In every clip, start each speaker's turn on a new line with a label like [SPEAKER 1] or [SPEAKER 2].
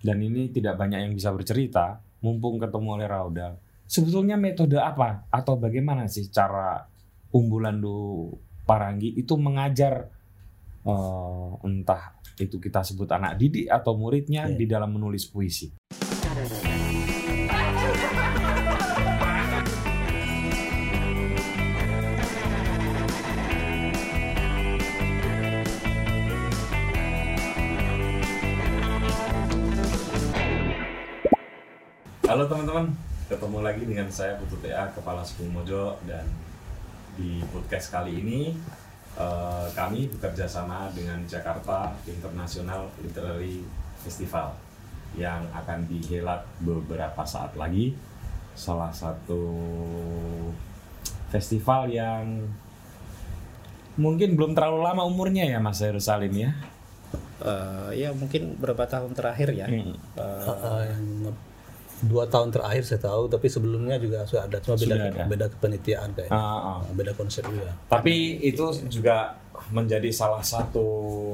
[SPEAKER 1] dan ini tidak banyak yang bisa bercerita, mumpung ketemu oleh Raudal. Sebetulnya metode apa atau bagaimana sih cara Umbulandu Paranggi itu mengajar entah itu kita sebut anak didik atau muridnya di dalam menulis puisi? Halo teman-teman, ketemu lagi dengan saya Putu TA, Kepala Suku Mojo, dan di podcast kali ini kami bekerja sama dengan Jakarta International Literary Festival yang akan dihelat beberapa saat lagi. Salah satu festival yang mungkin belum terlalu lama umurnya ya Mas Heru Salim ya?
[SPEAKER 2] Ya mungkin beberapa tahun terakhir ya.
[SPEAKER 3] 2 tahun terakhir saya tahu, tapi sebelumnya juga sudah ada, cuma beda kepanitiaan kayaknya, beda konsep juga.
[SPEAKER 1] Tapi itu juga menjadi salah satu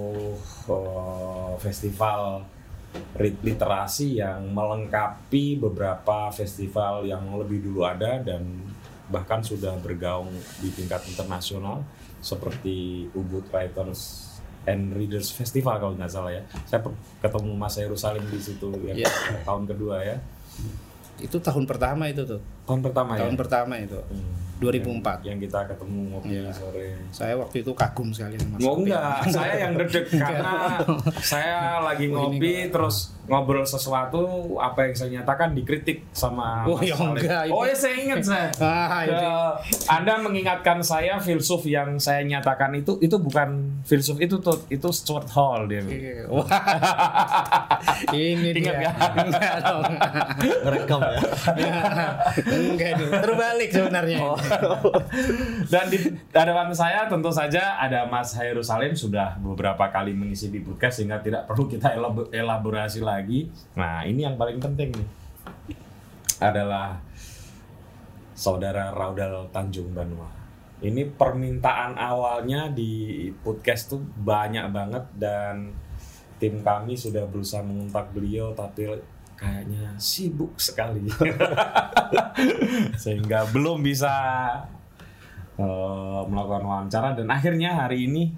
[SPEAKER 1] festival literasi yang melengkapi beberapa festival yang lebih dulu ada dan bahkan sudah bergaung di tingkat internasional seperti Ubud Writers and Readers Festival kalau nggak salah ya. Saya ketemu Mas Heru Salim di situ yang tahun kedua ya.
[SPEAKER 2] Itu tahun pertama itu tuh.
[SPEAKER 1] Tahun pertama
[SPEAKER 2] itu. 2004.
[SPEAKER 1] Yang kita ketemu ngopi sore.
[SPEAKER 2] Saya waktu itu kagum sekali sama Mas.
[SPEAKER 1] Enggak, saya yang dedek karena saya lagi ngopi terus ngobrol sesuatu, apa yang saya nyatakan dikritik sama Mas Salim. Saya ingat saya. Anda mengingatkan saya filsuf yang saya nyatakan itu bukan filsuf itu Stuart Hall dia.
[SPEAKER 2] Ini
[SPEAKER 1] ingat
[SPEAKER 2] dia. Enggak dong.
[SPEAKER 3] Ngerekam ya.
[SPEAKER 2] Enggak dong. Terbalik sebenarnya.
[SPEAKER 1] Dan di hadapan saya tentu saja ada Mas Heru Salim, sudah beberapa kali mengisi di podcast sehingga tidak perlu kita elaborasi lagi. Nah, ini yang paling penting nih adalah saudara Raudal Tanjung Banua. Ini permintaan awalnya di podcast tuh banyak banget dan tim kami sudah berusaha mengontak beliau tapi kayaknya sibuk sekali sehingga belum bisa melakukan wawancara, dan akhirnya hari ini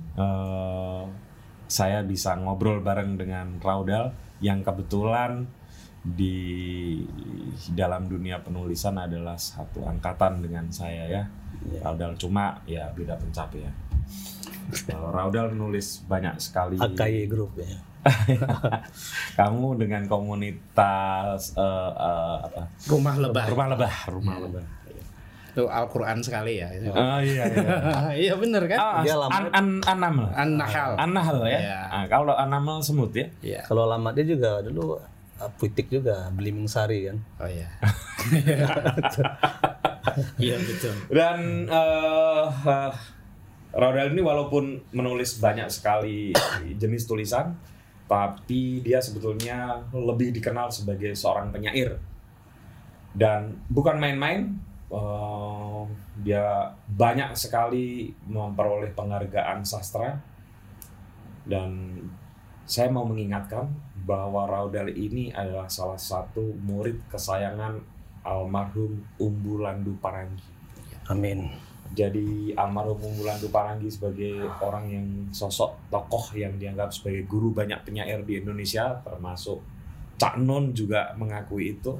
[SPEAKER 1] saya bisa ngobrol bareng dengan Raudal yang kebetulan di dalam dunia penulisan adalah satu angkatan dengan saya ya. Raudal cuma ya beda pencapaian. Raudal menulis banyak sekali.
[SPEAKER 3] AKY Group ya.
[SPEAKER 1] Kamu dengan komunitas
[SPEAKER 2] Rumah Lebah. Itu Al-Quran sekali ya.
[SPEAKER 1] Iya.
[SPEAKER 2] Iya benar kan?
[SPEAKER 1] An-Nahl ya. Nah, kalau An-Nahl semut ya.
[SPEAKER 2] Iya.
[SPEAKER 3] Kalau alamatnya juga dulu puitik juga, Belimbing Sari kan.
[SPEAKER 2] Oh iya. Iya betul.
[SPEAKER 1] Dan Raudal ini walaupun menulis banyak sekali jenis tulisan, tapi dia sebetulnya lebih dikenal sebagai seorang penyair. Dan bukan main-main, dia banyak sekali memperoleh penghargaan sastra. Dan saya mau mengingatkan bahwa Raudal ini adalah salah satu murid kesayangan almarhum Umbulandu Paranggi.
[SPEAKER 3] Amin.
[SPEAKER 1] Jadi almarhum Umbulandu Paranggi sebagai orang yang sosok tokoh yang dianggap sebagai guru banyak penyair di Indonesia, termasuk Cak Nun juga mengakui itu.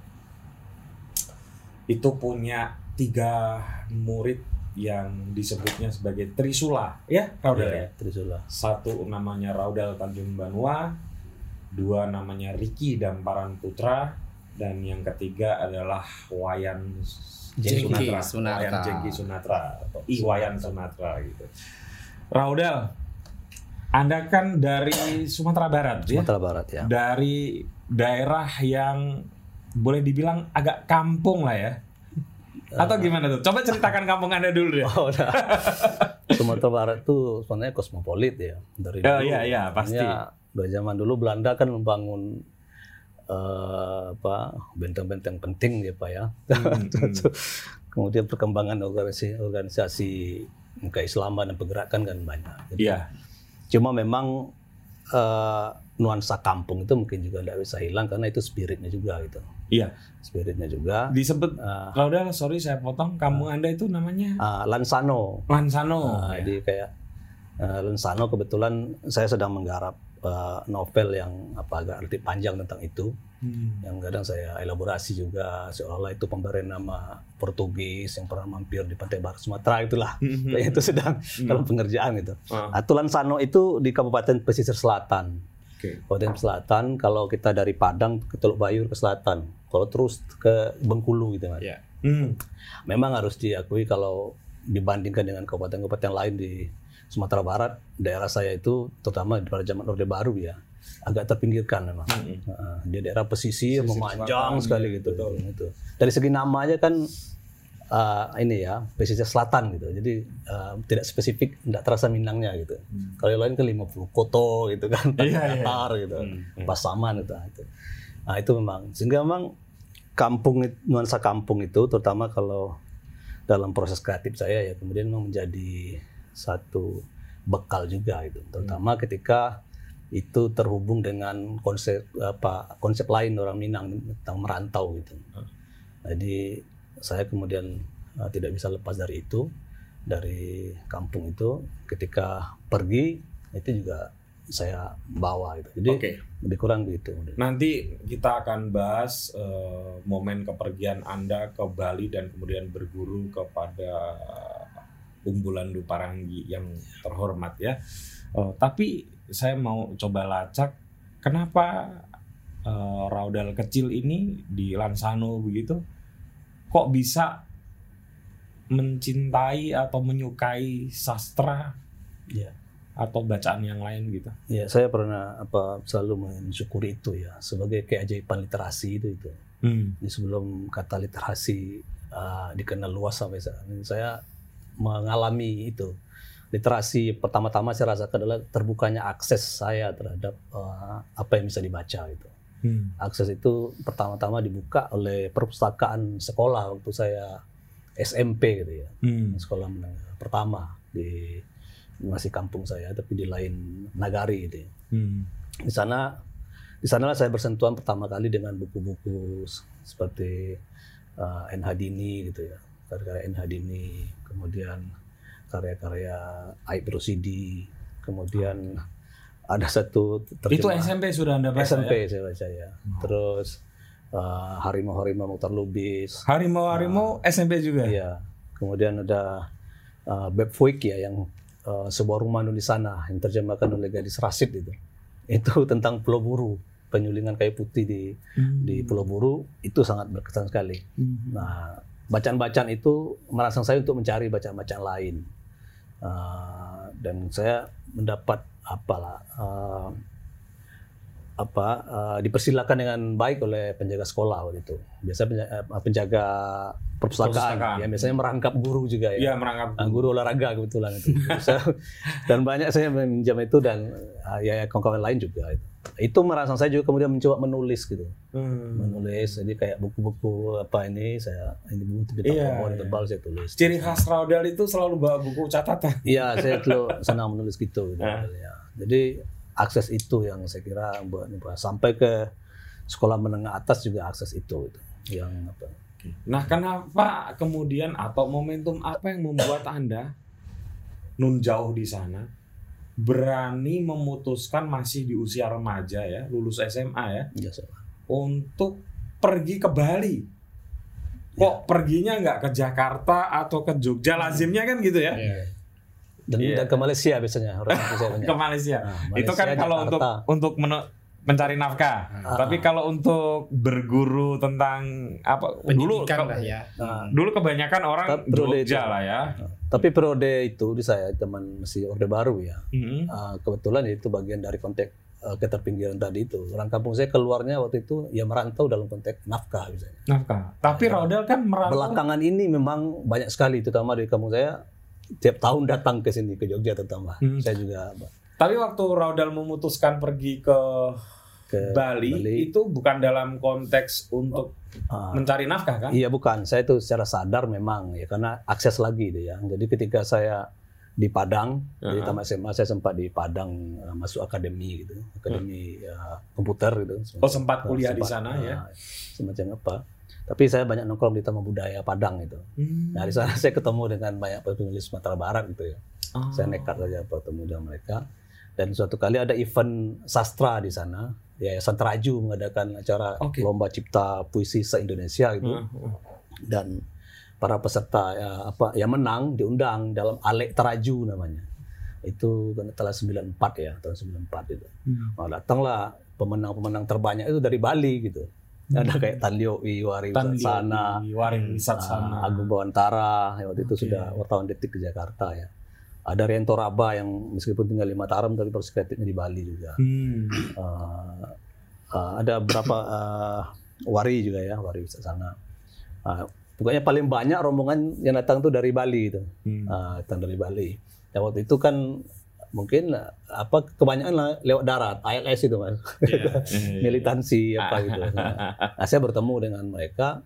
[SPEAKER 1] Itu punya 3 murid yang disebutnya sebagai Trisula, ya Raudal ya?
[SPEAKER 3] Trisula.
[SPEAKER 1] 1 namanya Raudal Tanjung Banua, 2 namanya Riki Damparan Putra, dan yang ketiga adalah Wayan
[SPEAKER 2] Jengki
[SPEAKER 1] Sunatra atau Iwayan Sunatra gitu. Raudal, Anda kan dari Sumatera Barat ya?
[SPEAKER 3] Sumatera Barat ya.
[SPEAKER 1] Dari daerah yang boleh dibilang agak kampung lah ya? Atau gimana tuh? Coba ceritakan kampung Anda dulu ya.
[SPEAKER 3] Sumatera Barat tuh sebenarnya kosmopolit ya. Dari
[SPEAKER 1] dulu. Iya, pasti.
[SPEAKER 3] Dari zaman dulu Belanda kan membangun benteng-benteng penting ya Pak ya. Kemudian perkembangan organisasi keislaman dan pergerakan kan banyak. Jadi, cuma memang nuansa kampung itu mungkin juga tidak bisa hilang karena itu spiritnya juga gitu.
[SPEAKER 1] Iya.
[SPEAKER 3] Spiritnya juga.
[SPEAKER 1] Disebut, Raudal, sorry saya potong, kampung Anda itu namanya?
[SPEAKER 3] Lansano.
[SPEAKER 1] Lansano.
[SPEAKER 3] Jadi kayak Lansano kebetulan saya sedang menggarap novel yang agak arti panjang tentang itu. Yang kadang saya elaborasi juga seolah-olah itu pemberian nama Portugis yang pernah mampir di pantai barat Sumatera itulah. Itu sedang dalam pengerjaan gitu. Lansano itu di Kabupaten Pesisir Selatan. Kabupaten Selatan, kalau kita dari Padang ke Teluk Bayur ke selatan, kalau terus ke Bengkulu gitu Mas. Memang harus diakui kalau dibandingkan dengan kabupaten-kabupaten lain di Sumatera Barat, daerah saya itu terutama pada zaman Orde Baru ya agak terpinggirkan memang. Dia daerah pesisir memanjang sekali gitu. Itu. Dari segi namanya kan ini ya pesisir selatan gitu. Jadi tidak spesifik, tidak terasa Minangnya gitu. Kalau yang lain kan 50 Koto gitu kan, Qatar gitu, Pasaman gitu. Nah itu memang sehingga memang nuansa kampung itu terutama kalau dalam proses kreatif saya ya kemudian memang menjadi satu bekal juga gitu. Terutama ketika itu terhubung dengan konsep lain orang Minang tentang merantau gitu. Jadi saya kemudian tidak bisa lepas dari itu, dari kampung itu. Ketika pergi itu juga saya bawa gitu. Jadi lebih kurang gitu.
[SPEAKER 1] Nanti kita akan bahas momen kepergian Anda ke Bali dan kemudian berguru kepada Umbulan Duparanggi yang terhormat ya. Tapi saya mau coba lacak kenapa Raudal kecil ini di Lansano begitu kok bisa mencintai atau menyukai sastra atau bacaan yang lain gitu.
[SPEAKER 3] Ya, saya pernah selalu mensyukuri itu ya sebagai keajaiban literasi itu. Jadi sebelum kata literasi dikenal luas sampai saat ini saya mengalami itu. Literasi pertama-tama saya rasakan adalah terbukanya akses saya terhadap apa yang bisa dibaca itu. Akses itu pertama-tama dibuka oleh perpustakaan sekolah waktu saya SMP gitu ya. Sekolah menengah pertama di masih kampung saya tapi di lain nagari gitu ya. Di sanalah saya bersentuhan pertama kali dengan buku-buku seperti N. Hadini gitu ya. Karya-karya N. Hadini, kemudian karya-karya Aib Rosidi, kemudian ada satu
[SPEAKER 1] itu SMP sudah Anda baca
[SPEAKER 3] SMP saya baca ya. Terus Harimau-Harimau Mukhtar Lubis.
[SPEAKER 1] Harimau-Harimau SMP juga?
[SPEAKER 3] Iya. Kemudian ada Beb Fuik ya yang sebuah rumah di sana yang terjemahkan oleh Gadis Rasid itu. Itu tentang Pulau Buru, penyulingan kayu putih di Pulau Buru itu sangat berkesan sekali. Nah, bacaan-bacaan itu merangsang saya untuk mencari bacaan-bacaan lain. Dan saya mendapat dipersilakan dengan baik oleh penjaga sekolah waktu itu. Biasanya penjaga perpustakaan. Ya biasanya merangkap guru juga ya.
[SPEAKER 1] Iya, merangkap
[SPEAKER 3] guru olahraga kebetulan itu. Dan banyak saya meminjam itu dan ya kawan-kawan lain juga itu. Itu merangsang saya juga kemudian mencoba menulis gitu. Menulis jadi kayak buku-buku ini buku tebal saya tulis.
[SPEAKER 1] Ciri khas Raudal itu selalu bawa buku catatan.
[SPEAKER 3] Iya, saya selalu senang menulis gitu. Ya. Jadi akses itu yang saya kira buat sampai ke sekolah menengah atas juga akses itu yang apa.
[SPEAKER 1] Nah, kenapa kemudian atau momentum apa yang membuat Anda nun jauh di sana berani memutuskan masih di usia remaja ya, lulus SMA ya, untuk pergi ke Bali? Kok perginya nggak ke Jakarta atau ke Jogja? Lazimnya kan gitu ya.
[SPEAKER 3] Dan ke Malaysia biasanya
[SPEAKER 1] ke Malaysia. Malaysia itu kan kalau untuk mencari nafkah. Tapi kalau untuk berguru tentang apa dulu dulu kebanyakan orang Jogja lah ya.
[SPEAKER 3] Tapi periode itu di saya teman masih Orde Baru ya. Kebetulan itu bagian dari konteks keterpinggiran tadi itu. Orang kampung saya keluarnya waktu itu ya merantau dalam konteks nafkah misalnya.
[SPEAKER 1] Nafkah. Tapi Raudal kan merantau.
[SPEAKER 3] Belakangan ini memang banyak sekali terutama di kampung saya tiap tahun datang ke sini ke Jogja terutama. Saya juga.
[SPEAKER 1] Tapi waktu Raudal memutuskan pergi ke Bali itu bukan dalam konteks untuk mencari nafkah kan?
[SPEAKER 3] Iya bukan, saya itu secara sadar memang ya karena akses lagi itu ya. Jadi ketika saya di Padang. Jadi tamat SMA saya sempat di Padang, masuk akademi gitu, akademi komputer gitu.
[SPEAKER 1] Oh, sempat kuliah di sana ya?
[SPEAKER 3] Semacam apa. Tapi saya banyak nongkrong di Taman Budaya Padang itu. Nah di sana saya ketemu dengan banyak penulis Sumatera Barat gitu ya. Saya nekat saja bertemu dengan mereka. Dan suatu kali ada event sastra di sana. Yayasan Teraju mengadakan acara lomba cipta puisi se-Indonesia gitu. Dan para peserta yang menang diundang dalam Alek Teraju namanya. Itu tahun 94 ya, tahun 94 itu. Nah, datanglah pemenang-pemenang terbanyak itu dari Bali gitu. Ada kayak Tan Lioi, Wari Wisatsana, Agung Bawantara, waktu itu sudah wartawan Detik di Jakarta ya. Ada Rianto Raba yang meskipun tinggal 5 tahun tapi proses kreatifnya di Bali juga. Ada beberapa Wari juga ya, Wari Wisatsana. Pokoknya paling banyak rombongan yang datang tuh dari Bali itu, datang dari Bali. Dan waktu itu kan mungkin kebanyakan lewat darat, ALS itu mas, militansi apa gitu. Nah, saya bertemu dengan mereka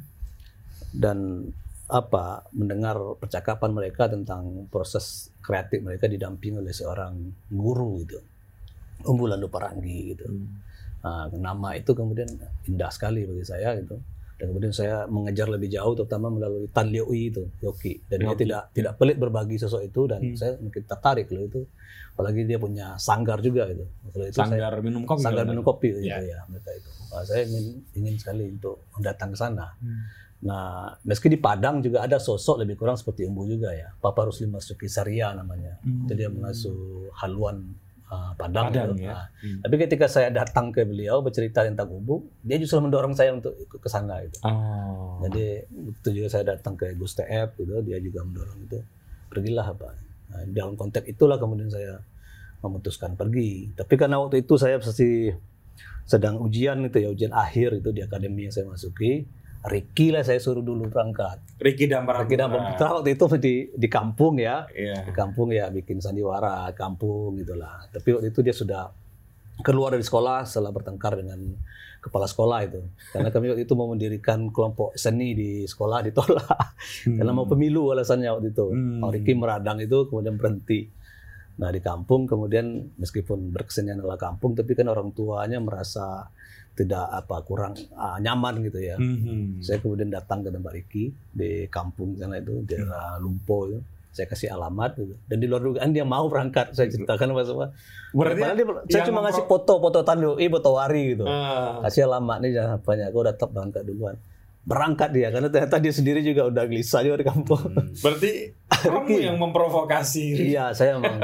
[SPEAKER 3] dan mendengar percakapan mereka tentang proses kreatif mereka didampingi oleh seorang guru gitu, Umbu Landu Paranggi gitu. Nah, nama itu kemudian indah sekali bagi saya gitu. Dan kemudian saya mengejar lebih jauh, terutama melalui Tan Lioi itu, Yoki. Dan dia tidak pelit berbagi sosok itu, dan saya mungkin tertarik loh itu. Apalagi dia punya sanggar juga gitu.
[SPEAKER 1] Sanggar minum kopi.
[SPEAKER 3] Sanggar minum kopi gitu ya mereka itu. Nah, saya ingin sekali untuk datang ke sana. Nah, meski di Padang juga ada sosok lebih kurang seperti Umbu juga ya. Papa Rusli Marzuki Saria namanya. Jadi dia mengasuh haluan Padang gitu. Ya. Tapi ketika saya datang ke beliau bercerita tentang Umbu, dia justru mendorong saya untuk ikut ke sana gitu. Jadi itu juga saya datang ke Gus TF gitu, dia juga mendorong itu. Pergilah Nah, dalam konteks itulah kemudian saya memutuskan pergi. Tapi karena waktu itu saya masih sedang ujian itu ya, ujian akhir itu di akademi yang saya masuki. Ricky lah saya suruh dulu berangkat.
[SPEAKER 1] Ricky Dambar
[SPEAKER 3] Putra waktu itu di kampung ya. Di kampung ya bikin sandiwara kampung gitulah. Tapi waktu itu dia sudah keluar dari sekolah setelah bertengkar dengan kepala sekolah itu. Karena kami waktu itu mau mendirikan kelompok seni di sekolah, ditolak. Karena mau pemilu alasannya waktu itu. Ricky meradang itu kemudian berhenti. Nah di kampung kemudian meskipun berkesenian adalah kampung, tapi kan orang tuanya merasa tidak kurang nyaman gitu ya. Saya kemudian datang ke tempat Ricky di kampung sana itu, daerah Lumpo itu. Saya kasih alamat gitu. Dan di luar dugaan dia mau berangkat. Saya ceritakan apa-apa. Berarti saya cuma ngasih foto Tan Lioi, foto Wari gitu. Kasih alamat nih jangan banyak, kau datang berangkat duluan. Berangkat dia karena ternyata dia sendiri juga udah gelisah juga di kampung.
[SPEAKER 1] Berarti kamu yang memprovokasi.
[SPEAKER 3] Iya, saya memang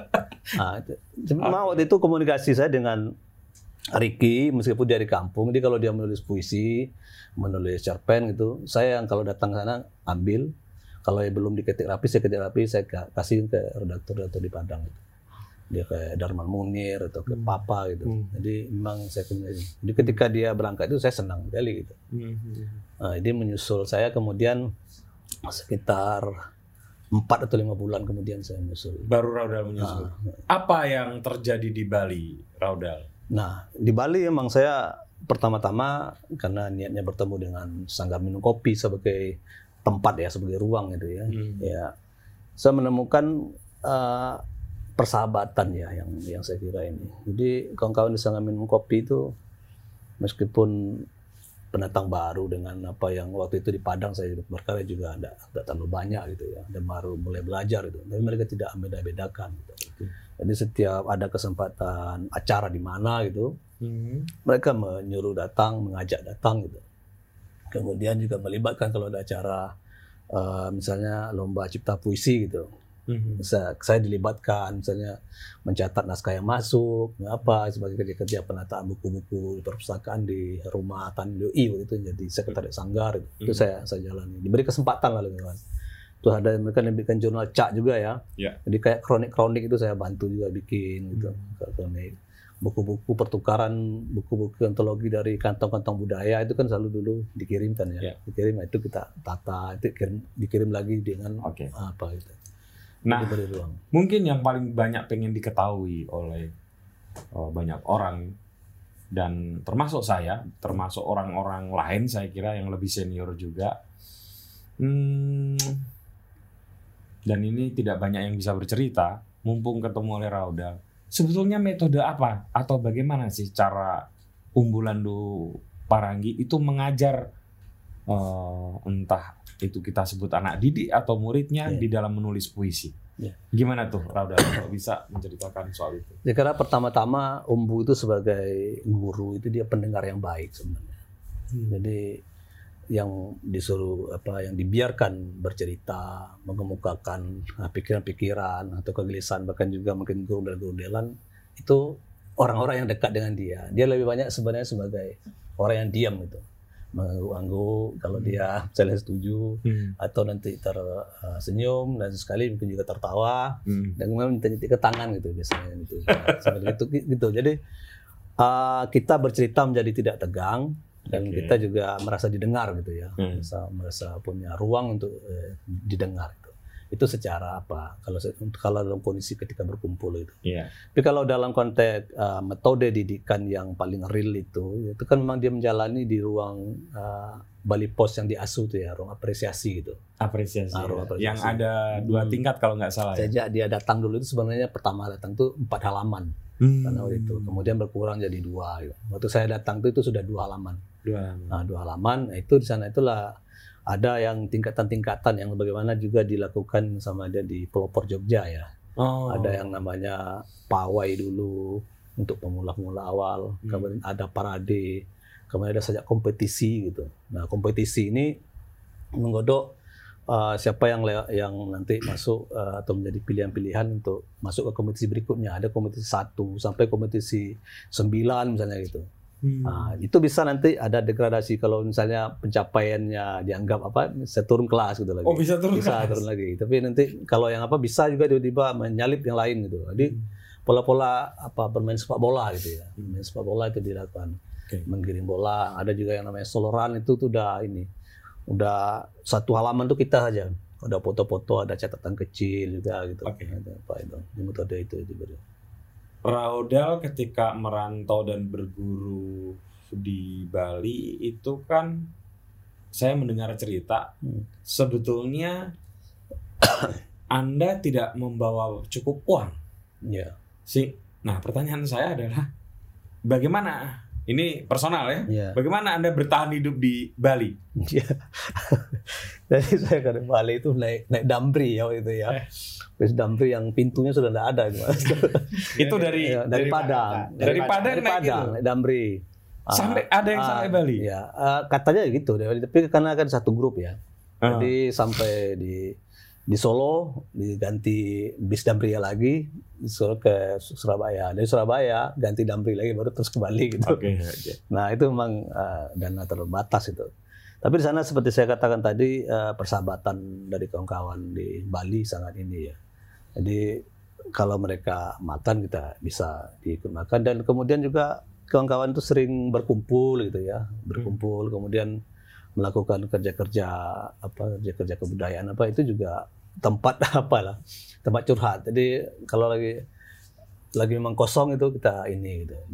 [SPEAKER 3] waktu itu komunikasi saya dengan Ricky, meskipun dia di kampung, dia kalau dia menulis puisi, menulis cerpen gitu, saya yang kalau datang ke sana ambil, kalau belum diketik rapi, saya kasih ke redaktur di Padang gitu. Dia ke Darman Munir atau ke Papa gitu. Jadi memang saya jadi ketika dia berangkat itu saya senang sekali gitu. Nah, dia menyusul saya kemudian sekitar 4 atau 5 bulan kemudian saya menyusul.
[SPEAKER 1] Baru Raudal menyusul. Apa yang terjadi di Bali, Raudal?
[SPEAKER 3] Nah, di Bali emang saya pertama-tama karena niatnya bertemu dengan Sanggar Minum Kopi sebagai tempat ya, sebagai ruang gitu ya. Ya, saya menemukan persahabatan ya yang saya kira ini. Jadi kawan-kawan di Sanggar Minum Kopi itu meskipun pendatang baru dengan apa yang waktu itu di Padang saya berkarya juga tidak terlalu banyak gitu ya, dan baru mulai belajar itu. Tapi mereka tidak membeda-bedakan gitu. Jadi setiap ada kesempatan acara di mana gitu, mereka menyuruh datang, mengajak datang gitu. Kemudian juga melibatkan kalau ada acara misalnya lomba cipta puisi gitu. Saya dilibatkan misalnya mencatat naskah yang masuk, sebagai kerja-kerja penataan buku-buku perpustakaan di rumah Tan Lioi waktu itu jadi sekretaris sanggar itu saya jalani. Diberi kesempatan lalu kawan. Terus ada mereka yang bikin jurnal Cak juga ya. Jadi kayak kronik-kronik itu saya bantu juga bikin gitu. Kronik. Buku-buku pertukaran, buku-buku antologi dari kantong-kantong budaya itu kan selalu dulu dikirimkan ya. Dikirim itu kita tata, itu dikirim lagi dengan apa gitu.
[SPEAKER 1] Nah, mungkin yang paling banyak pengen diketahui oleh banyak orang dan termasuk saya, termasuk orang-orang lain saya kira yang lebih senior juga. dan ini tidak banyak yang bisa bercerita, mumpung ketemu oleh Raudal. Sebetulnya metode apa atau bagaimana sih cara Umbulandu Parangi itu mengajar entah itu kita sebut anak didik atau muridnya di dalam menulis puisi? Gimana tuh Raudal kalau bisa menceritakan soal itu?
[SPEAKER 3] Ya, karena pertama-tama Umbu itu sebagai guru itu dia pendengar yang baik sebenarnya. Jadi yang disuruh yang dibiarkan bercerita, mengemukakan pikiran-pikiran atau kegelisahan, bahkan juga mungkin guru-gurudelan itu orang-orang yang dekat dengan dia. Dia lebih banyak sebenarnya sebagai orang yang diam itu, mengangguk kalau dia misalnya setuju atau nanti tersenyum dan sekali mungkin juga tertawa dan kemudian minta-minta ke tangan gitu biasanya gitu. Gitu. Jadi kita bercerita menjadi tidak tegang dan kita juga merasa didengar gitu ya, merasa punya ruang untuk didengar. Itu secara kalau dalam kondisi ketika berkumpul itu. Tapi kalau dalam konteks metode didikan yang paling real itu kan memang dia menjalani di ruang Bali Pos yang diasuh itu ya, ruang apresiasi gitu.
[SPEAKER 1] Apresiasi. Yang ada 2 tingkat kalau nggak salah.
[SPEAKER 3] Sejak dia datang dulu itu sebenarnya pertama datang tuh 4 halaman. Karena waktu itu kemudian berkurang jadi 2 gitu. Waktu saya datang itu sudah 2 halaman. 2 halaman. Nah, itu di sana itulah ada yang tingkatan-tingkatan yang bagaimana juga dilakukan sama dia di pelopor Jogja ya. Ada yang namanya pawai dulu untuk pemula-pemula awal, kemudian ada parade, kemudian ada saja kompetisi gitu. Nah, kompetisi ini menggodok siapa yang nanti masuk atau menjadi pilihan-pilihan untuk masuk ke kompetisi berikutnya. Ada kompetisi 1 sampai kompetisi 9 misalnya gitu. Nah, itu bisa nanti ada degradasi kalau misalnya pencapaiannya dianggap bisa turun kelas gitu lagi.
[SPEAKER 1] Bisa turun
[SPEAKER 3] lagi. Tapi nanti kalau yang bisa juga tiba-tiba menyalip yang lain gitu. Jadi pola-pola bermain sepak bola gitu ya. Main sepak bola itu dilakukan. Menggiring bola, ada juga yang namanya soloran itu tuh udah 1 halaman tuh kita saja. Ada foto-foto, ada catatan kecil juga gitu. Ada itu. Di metode itu juga.
[SPEAKER 1] Raudal ketika merantau dan berguru di Bali itu kan saya mendengar cerita sebetulnya Anda tidak membawa cukup uang. Nah, pertanyaan saya adalah bagaimana? Ini personal ya. Bagaimana Anda bertahan hidup di Bali?
[SPEAKER 3] Jadi saya ke Bali itu naik Damri ya itu ya. Bis Damri yang pintunya sudah tidak ada.
[SPEAKER 1] Itu dari
[SPEAKER 3] Padang.
[SPEAKER 1] Dari Padang
[SPEAKER 3] naik Damri.
[SPEAKER 1] Sampai ada yang sampai Bali.
[SPEAKER 3] Ya, katanya gitu. Tapi karena kan satu grup ya. Jadi sampai di Solo diganti bis Damri lagi, disuruh ke Surabaya. Dari Surabaya ganti Damri lagi baru terus ke Bali gitu. Nah, itu memang dana terbatas itu. Tapi di sana seperti saya katakan tadi persahabatan dari kawan-kawan di Bali sangat ini ya. Jadi kalau mereka makan kita bisa ikut makan dan kemudian juga kawan-kawan itu sering berkumpul gitu ya. Berkumpul kemudian melakukan kerja-kerja kebudayaan itu juga tempat tempat curhat. Jadi kalau lagi memang kosong itu kita ini gitu.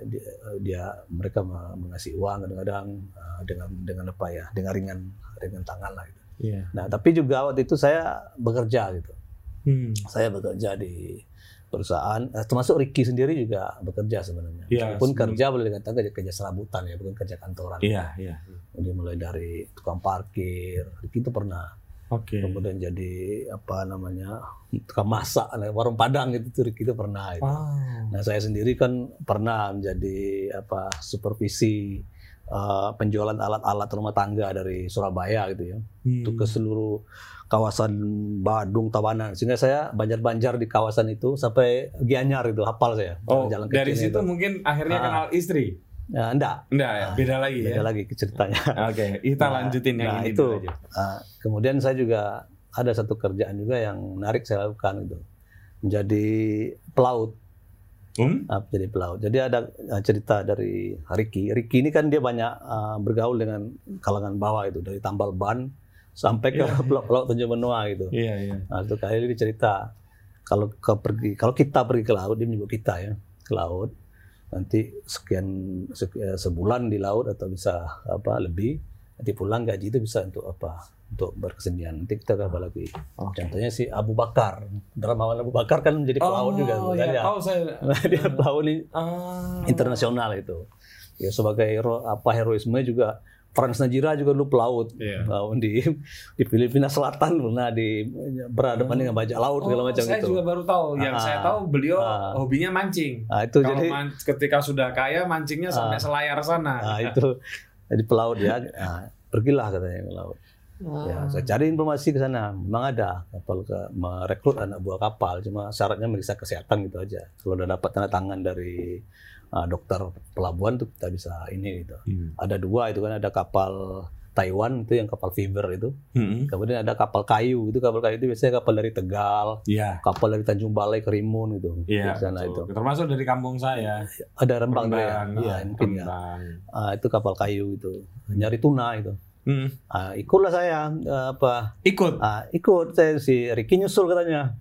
[SPEAKER 3] Mereka mengasih uang kadang-kadang dengan dengan ringan tangan lah gitu. Nah, tapi juga waktu itu saya bekerja gitu. Saya bekerja di perusahaan, termasuk Ricky sendiri juga bekerja sebenarnya. Walaupun kerja boleh dikatakan kerja serabutan ya, bukan kerja kantoran. Jadi mulai dari tukang parkir, Ricky itu pernah. Kemudian jadi tukang masak, warung Padang itu Ricky itu pernah. Gitu. Nah, saya sendiri kan pernah menjadi supervisi penjualan alat-alat rumah tangga dari Surabaya gitu ya, untuk ke seluruh kawasan Badung, Tabanan, sehingga saya banjar-banjar di kawasan itu sampai Gianyar itu hafal saya.
[SPEAKER 1] Jalan dari situ itu. Mungkin akhirnya kenal istri.
[SPEAKER 3] Ya, enggak ya,
[SPEAKER 1] beda lagi
[SPEAKER 3] ceritanya.
[SPEAKER 1] Kita lanjutin yang ini
[SPEAKER 3] itu. Kemudian saya juga ada satu kerjaan juga yang menarik saya lakukan itu, menjadi pelaut. Jadi pelaut. Jadi ada cerita dari Ricky. Ricky ini kan dia banyak bergaul dengan kalangan bawah itu, dari tambal ban sampai ke Laut Tanjung Benoa gitu. Nah, itu kali dia cerita kalau kita pergi ke laut, dia menyebut kita ya ke laut. Nanti sekian sebulan di laut atau bisa lebih Nanti pulang gaji itu bisa untuk apa? Untuk berkesenian. Nanti kita gambar lagi. Contohnya si Abu Bakar, dramawan Abu Bakar kan menjadi pelaut juga.
[SPEAKER 1] Oh ya, tahu saya.
[SPEAKER 3] Dia pelaut internasional itu. Ya sebagai heroisme juga. Frans Najira juga dulu pelaut, di Filipina Selatan pernah berhadapan dengan bajak laut segala macam itu.
[SPEAKER 1] Saya juga baru tahu. Yang saya tahu beliau hobinya mancing.
[SPEAKER 3] Itu
[SPEAKER 1] kalau
[SPEAKER 3] jadi
[SPEAKER 1] ketika sudah kaya mancingnya sampai selayar sana.
[SPEAKER 3] Itu jadi pelaut ya. Pergilah katanya ke laut. Ya, saya cari informasi ke sana. Memang ada kapal merekrut anak buah kapal, cuma syaratnya meriksa kesehatan gitu aja. Kalau udah dapat tanda tangan dari dokter pelabuhan tuh kita bisa ini gitu. Ada 2 itu kan, ada kapal Taiwan itu yang kapal fiber itu. Kemudian ada kapal kayu itu biasanya kapal dari Tegal, kapal dari Tanjung Balai ke Rimun gitu.
[SPEAKER 1] Iya.
[SPEAKER 3] Sana itu.
[SPEAKER 1] Termasuk dari kampung saya.
[SPEAKER 3] Ada Rembang ya. Mungkin ya. Itu kapal kayu itu. Nyari tuna itu. Ikutlah saya ikut saya si Ricky nyusul katanya.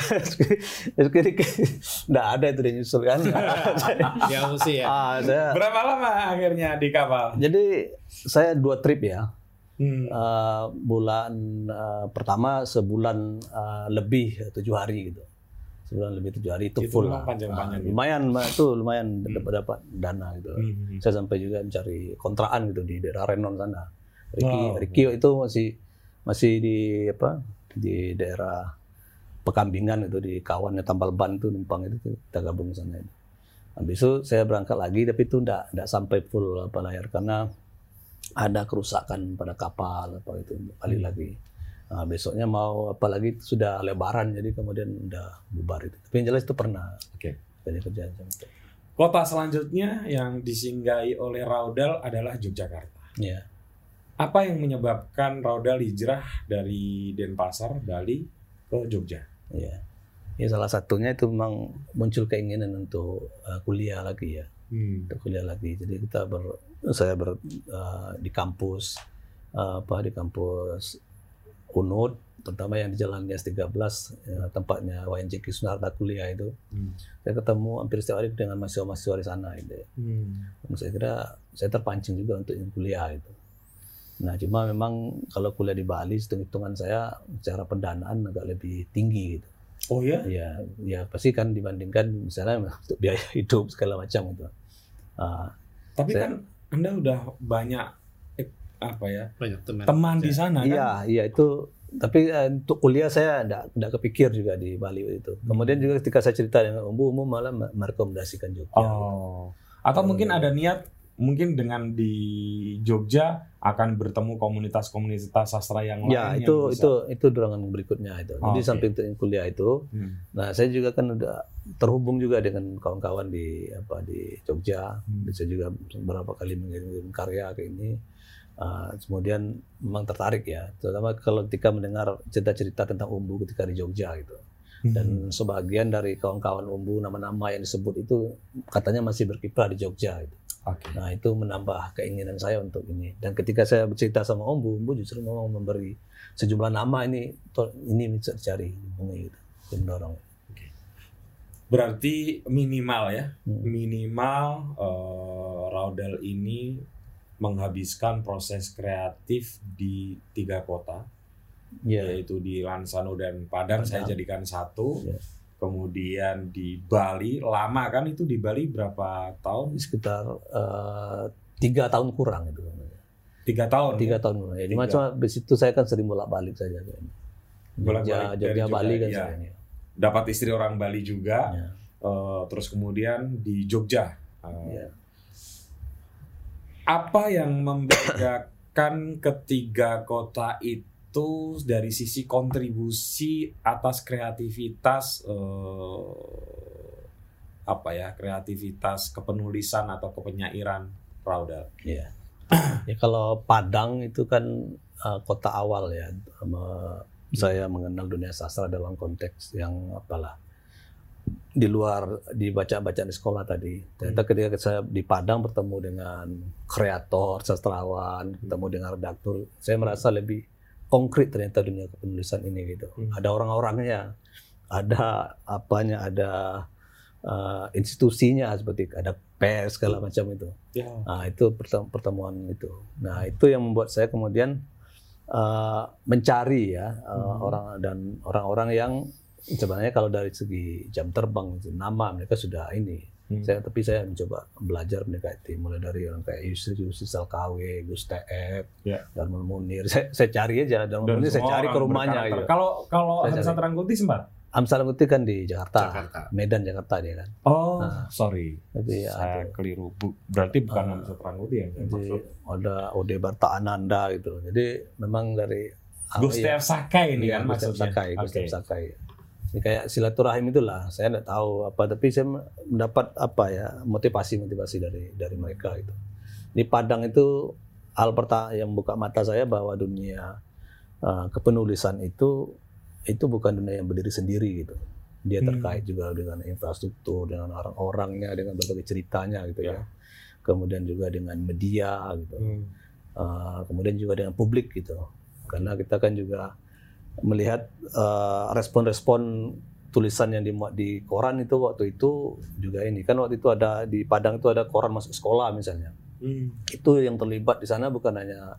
[SPEAKER 3] Nggak ada itu dia nyusul kan.
[SPEAKER 2] Ya mesti ya.
[SPEAKER 1] Berapa lama akhirnya di kapal?
[SPEAKER 3] Jadi saya 2 trip ya. Bulan pertama sebulan lebih 7 hari gitu. Sebulan lebih 7 hari itu full lah. Lumayan dapat dana gitu. Saya sampai juga mencari kontrakan gitu di daerah Renon sana. Ricky itu masih di daerah Pekambingan itu, di kawannya Tambal Ban itu numpang itu kita gabung sana itu. Habis itu saya berangkat lagi tapi itu enggak sampai full layar karena ada kerusakan pada kapal itu balik lagi. Nah, besoknya mau apalagi sudah lebaran jadi kemudian udah bubar itu. Tapi yang jelas itu pernah. Jadi kerjaan itu.
[SPEAKER 1] Kota selanjutnya yang disinggahi oleh Raudal adalah Yogyakarta.
[SPEAKER 3] Iya.
[SPEAKER 1] Apa yang menyebabkan Raudal hijrah dari Denpasar, Bali ke Jogja?
[SPEAKER 3] Iya. Ya salah satunya itu memang muncul keinginan untuk kuliah lagi ya. Untuk kuliah lagi. Jadi saya di kampus di kampus UNUD, terutama yang di Jalan S13 tempatnya WNJ Sunarta kuliah itu. Saya ketemu hampir setiap hari dengan mahasiswa-mahasiswa di sana gitu. Dan saya kira saya terpancing juga untuk kuliah itu. Nah, cuma memang kalau kuliah di Bali, hitung-hitungan saya secara pendanaan agak lebih tinggi gitu.
[SPEAKER 1] Oh ya?
[SPEAKER 3] Ya pasti kan dibandingkan misalnya untuk biaya hidup segala macam gitu.
[SPEAKER 1] Tapi kan Anda udah banyak
[SPEAKER 2] banyak
[SPEAKER 1] teman di sana kan?
[SPEAKER 3] Iya itu. Tapi untuk kuliah saya enggak kepikir juga di Bali itu. Kemudian juga ketika saya cerita dengan umum malah merekomendasikan Jogja.
[SPEAKER 1] Atau mungkin ada niat mungkin dengan di Jogja akan bertemu komunitas-komunitas sastra yang lain.
[SPEAKER 3] Ya, itu dorongan berikutnya itu. Jadi samping untuk kuliah itu, nah saya juga kan udah terhubung juga dengan kawan-kawan di Jogja. Saya juga beberapa kali mengirim karya ke ini. Kemudian memang tertarik ya, terutama kalau ketika mendengar cerita-cerita tentang Umbu ketika di Jogja gitu. Dan sebagian dari kawan-kawan Umbu, nama-nama yang disebut itu katanya masih berkiprah di Jogja gitu. Nah itu menambah keinginan saya untuk ini. Dan ketika saya bercerita sama Umbu justru mau memberi sejumlah nama ini bisa dicari, gitu, mendorong.
[SPEAKER 1] Berarti minimal ya, minimal Raudal ini menghabiskan proses kreatif di 3 kota, yaitu di Lansano dan Padang. Saya jadikan satu. Kemudian di Bali, lama kan itu di Bali berapa tahun?
[SPEAKER 3] Sekitar 3 tahun kurang itu.
[SPEAKER 1] 3 tahun?
[SPEAKER 3] 3 tahun kurang. Ya, cuma habis itu saya kan sering bolak-balik saja. Jogja Bali kan saya.
[SPEAKER 1] Dapat istri orang Bali juga, terus kemudian di Jogja. Apa yang membedakan ketiga kota itu dari sisi kontribusi atas kreativitas kreativitas kepenulisan atau kepenyairan Raudal?
[SPEAKER 3] Ya kalau Padang itu kan kota awal ya, saya mengenal dunia sastra dalam konteks yang di luar dibaca-baca di sekolah tadi. Ternyata ketika saya di Padang bertemu dengan kreator, sastrawan, ketemu dengan redaktur, saya merasa lebih konkret ternyata dunia kepenulisan ini gitu. Ada orang-orangnya, ada apanya, ada institusinya seperti ada pers segala macam itu.
[SPEAKER 1] Ya.
[SPEAKER 3] Nah, itu pertemuan itu. Nah, itu yang membuat saya kemudian mencari ya orang-orang yang sebenarnya kalau dari segi jam terbang, nama mereka sudah ini. Tapi saya mencoba belajar mendekati mulai dari orang kayak Yusri Salkawe, Gus TF, Darmul Munir. Saya cari aja Darmul Munir, saya cari ke rumahnya. Gitu.
[SPEAKER 1] Kalau Hamzah Rangkuti sempat?
[SPEAKER 3] Hamzah Rangkuti kan di Jakarta, Medan Jakarta dia kan.
[SPEAKER 1] Oh, sorry,
[SPEAKER 3] jadi,
[SPEAKER 1] saya keliru. Berarti bukan Hamzah Rangkuti yang saya maksud.
[SPEAKER 3] Ada Ode Barta Ananda gitu. Jadi memang dari
[SPEAKER 1] Gus TF Sakai ini kan
[SPEAKER 3] maksudnya. Gus TF Sakai. Ini kayak silaturahim itulah. Saya tidak tahu apa, tapi saya mendapat motivasi dari mereka itu. Di Padang itu hal pertama yang buka mata saya bahwa dunia kepenulisan itu bukan dunia yang berdiri sendiri gitu. Dia terkait juga dengan infrastruktur, dengan orang-orangnya, dengan berbagai ceritanya gitu ya. Kemudian juga dengan media gitu. Kemudian juga dengan publik gitu. Karena kita kan juga melihat respon-respon tulisan yang dimuat di koran itu waktu itu juga ini kan waktu itu ada di Padang itu ada koran masuk sekolah misalnya. Itu yang terlibat di sana bukan hanya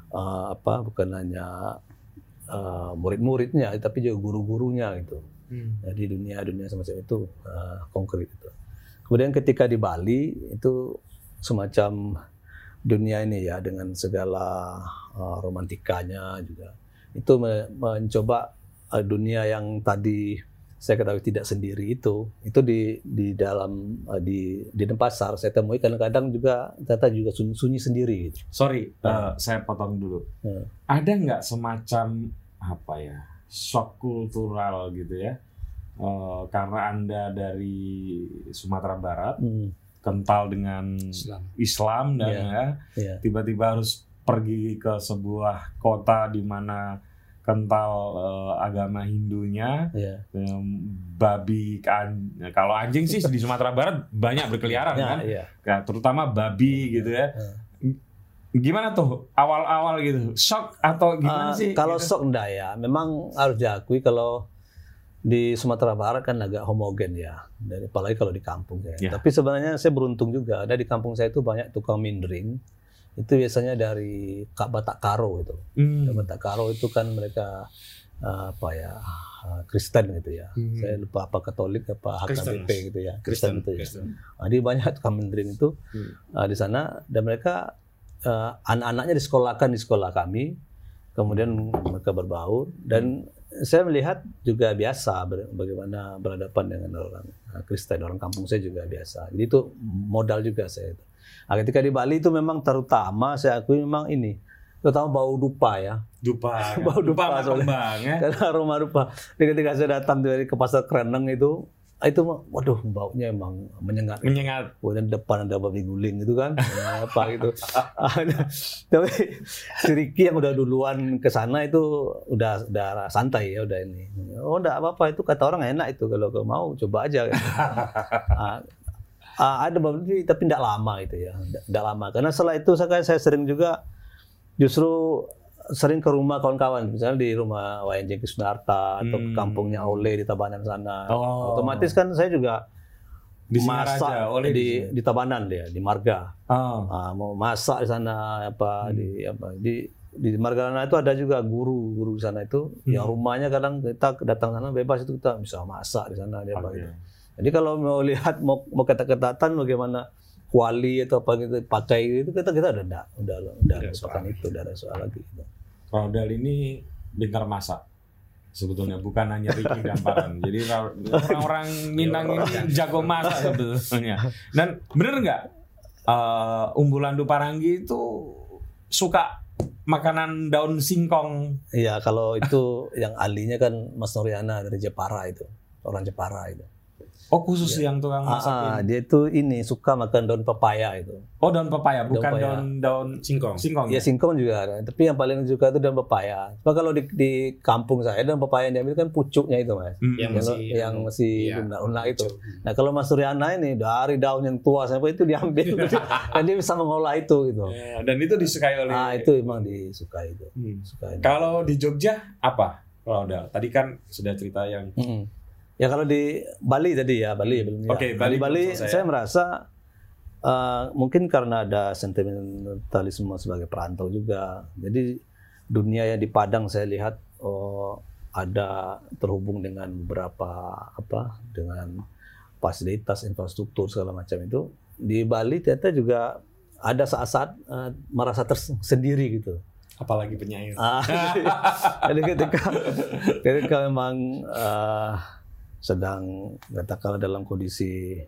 [SPEAKER 3] murid-muridnya tapi juga guru-gurunya gitu. Jadi dunia semacam itu konkret itu. Kemudian ketika di Bali itu semacam dunia ini ya dengan segala romantikanya juga. Itu mencoba dunia yang tadi saya ketahui tidak sendiri itu di dalam di Denpasar saya temui kadang-kadang juga ternyata juga sunyi sendiri gitu.
[SPEAKER 1] Sorry, saya potong dulu. Ada nggak semacam shock kultural gitu ya? Karena Anda dari Sumatera Barat, kental dengan Islam dan tiba-tiba harus pergi ke sebuah kota di mana kental agama Hindunya, babi kalau anjing sih di Sumatera Barat banyak berkeliaran kan, terutama babi gitu ya. Gimana tuh awal-awal gitu, shock atau gimana sih?
[SPEAKER 3] Kalau
[SPEAKER 1] gitu?
[SPEAKER 3] Shock enggak ya, memang harus diakui kalau di Sumatera Barat kan agak homogen ya, apalagi kalau di kampung saya. Tapi sebenarnya saya beruntung juga, ada di kampung saya itu banyak tukang mindering. Itu biasanya dari Batak Karo itu. Batak Karo itu kan mereka Kristen gitu ya. Saya lupa apa Katolik apa HKBP gitu ya. Kristen gitu ya. Jadi banyak tukang mindering itu di sana dan mereka anak-anaknya disekolahkan di sekolah kami. Kemudian mereka berbaur dan saya melihat juga biasa bagaimana berhadapan dengan orang Kristen, orang kampung saya juga biasa. Jadi itu modal juga saya itu. Nah, ketika di Bali itu memang terutama saya akui memang ini terutama bau dupa ya. Bau dupa
[SPEAKER 1] kembang ya.
[SPEAKER 3] Karena aroma dupa. Ketika saya datang dari ke pasar Kreneng itu waduh baunya emang menyengat. Kemudian depan ada babi guling gitu kan. Apa gitu. Tapi si Ricky yang udah duluan ke sana itu udah santai ya udah ini. Oh enggak apa-apa itu kata orang enak itu kalau mau coba aja. Gitu. Ada babi tapi tidak lama gitu ya, tidak lama. Karena setelah itu saya sering juga justru sering ke rumah kawan-kawan, misalnya di rumah Wayan Jengki Sunarta atau ke kampungnya Ole di Tabanan sana. Otomatis kan saya juga masak di Tabanan dia, di Marga. Mau masak di sana di Margalana itu ada juga guru di sana itu, yang rumahnya kadang kita datang sana bebas itu kita bisa masak di sana dia gitu. Jadi kalau mau lihat mau ketat-ketatan bagaimana kuali atau apa gitu pakai itu kita udah lupakan itu, udah ada soal lagi. Gitu.
[SPEAKER 1] Raudal ini pintar masak sebetulnya, bukan hanya Ricky Gamparan. Jadi orang-orang Minang ini jago masak sebetulnya. Dan bener nggak Umbulan Duparangi itu suka makanan daun singkong?
[SPEAKER 3] Iya, kalau itu yang ahlinya kan Mas Nuriana dari Jepara itu, orang Jepara itu.
[SPEAKER 1] Oh khusus yang tukang masak ini?
[SPEAKER 3] Dia itu ini suka makan daun pepaya itu.
[SPEAKER 1] Oh daun pepaya, bukan daun singkong.
[SPEAKER 3] Iya singkong juga ada, tapi yang paling suka itu daun pepaya. Cuma kalau di kampung saya daun pepaya yang diambil kan pucuknya itu mas, yang masih lunak itu. Nah kalau Mas Suryana ini dari daun yang tua sampai itu diambil, dan dia bisa mengolah itu gitu.
[SPEAKER 1] Dan itu disukai oleh.
[SPEAKER 3] Itu memang disukai itu.
[SPEAKER 1] Kalau di Jogja apa? Raudal. Tadi kan sudah cerita yang.
[SPEAKER 3] Ya kalau di Bali tadi ya Bali belum ya.
[SPEAKER 1] Oke,
[SPEAKER 3] Bali saya merasa mungkin karena ada sentimentalisme sebagai perantau juga. Jadi dunia yang di Padang saya lihat ada terhubung dengan beberapa dengan fasilitas infrastruktur segala macam itu. Di Bali ternyata juga ada saat-saat merasa tersendiri gitu.
[SPEAKER 1] Apalagi penyair.
[SPEAKER 3] Jadi ketika memang sedang katakanlah dalam kondisi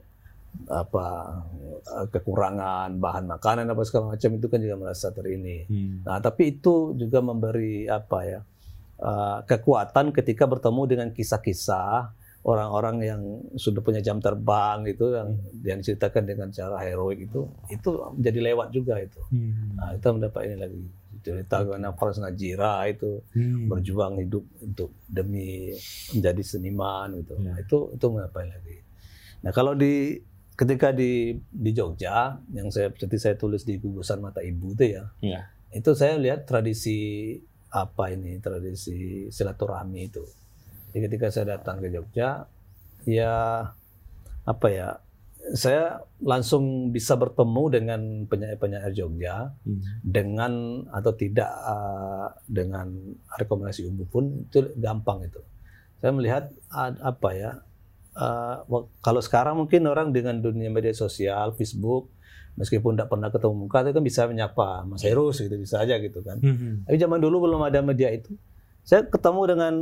[SPEAKER 3] kekurangan bahan makanan apa segala macam itu kan juga merasa terini. Nah, tapi itu juga memberi kekuatan ketika bertemu dengan kisah-kisah orang-orang yang sudah punya jam terbang itu yang diceritakan dengan cara heroik itu jadi lewat juga itu. Nah, kita mendapat ini lagi cerita bagaimana Frans Najira itu berjuang hidup untuk demi menjadi seniman gitu. Nah, itu mendapat lagi. Nah, kalau ketika di Jogja yang seperti saya tulis di gugusan Mata Ibu itu itu saya lihat tradisi tradisi silaturahmi itu. Jadi ketika saya datang ke Jogja, saya langsung bisa bertemu dengan penyair-penyair Jogja dengan atau tidak dengan rekomendasi umum pun itu gampang itu. Saya melihat kalau sekarang mungkin orang dengan dunia media sosial, Facebook, meskipun tidak pernah ketemu muka, itu kan bisa menyapa Mas Heru gitu, bisa aja gitu kan. Tapi zaman dulu belum ada media itu. Saya ketemu dengan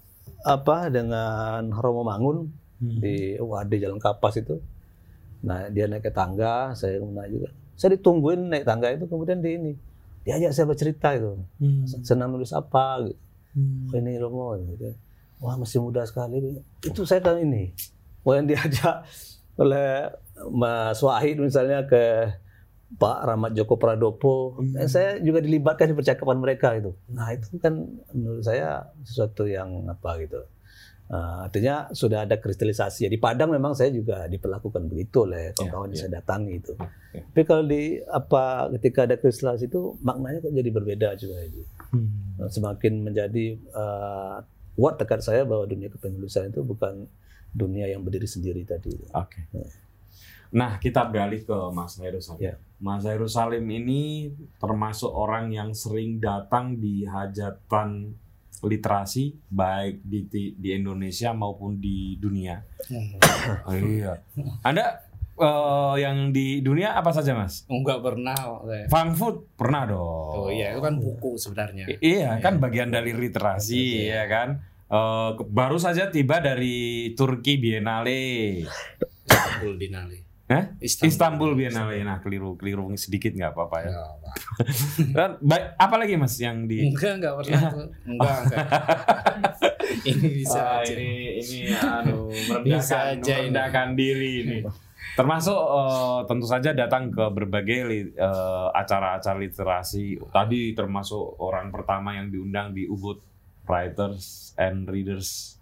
[SPEAKER 3] Romo Mangun di UAD Jalan Kapas itu. Nah, dia naik ke tangga, saya naik juga. Saya ditungguin naik tangga itu, kemudian diajak saya bercerita itu. Senang nulis apa gitu. Ini Romo gitu. Wah, masih muda sekali. Itu saya kan ini. Yang diajak oleh Mas Wahid misalnya ke Pak Rahmat Joko Pradopo. Saya juga dilibatkan di percakapan mereka itu. Nah, itu kan menurut saya sesuatu yang gitu. Artinya sudah ada kristalisasi. Di Padang memang saya juga diperlakukan begitu oleh kawan-kawan yang saya datangi itu. Tapi kalau ketika ada kristalisasi itu maknanya kok jadi berbeda juga itu. Semakin menjadi kuat tekad saya bahwa dunia kepenulisan itu bukan dunia yang berdiri sendiri tadi.
[SPEAKER 1] Oke. Nah, kita beralih ke Mas Hairul Salim. Mas Hairul Salim ini termasuk orang yang sering datang di hajatan literasi baik di Indonesia maupun di dunia. Iya. Anda yang di dunia apa saja, Mas?
[SPEAKER 2] Enggak pernah.
[SPEAKER 1] Frankfurt pernah dong.
[SPEAKER 2] Oh iya, itu kan buku sebenarnya.
[SPEAKER 1] Iya, kan bagian dari literasi, ya kan. Baru saja tiba dari Turki Biennale.
[SPEAKER 2] Istanbul Biennale.
[SPEAKER 1] Istanbul Biennale. Nah, keliru sedikit nggak apa-apa ya. Apa lagi, Mas, yang di?
[SPEAKER 2] Enggak pernah. Enggak. Ini bisa aja.
[SPEAKER 1] Ini merendahkan diri ini. Termasuk tentu saja datang ke berbagai acara-acara literasi. Tadi termasuk orang pertama yang diundang di Ubud Writers and Readers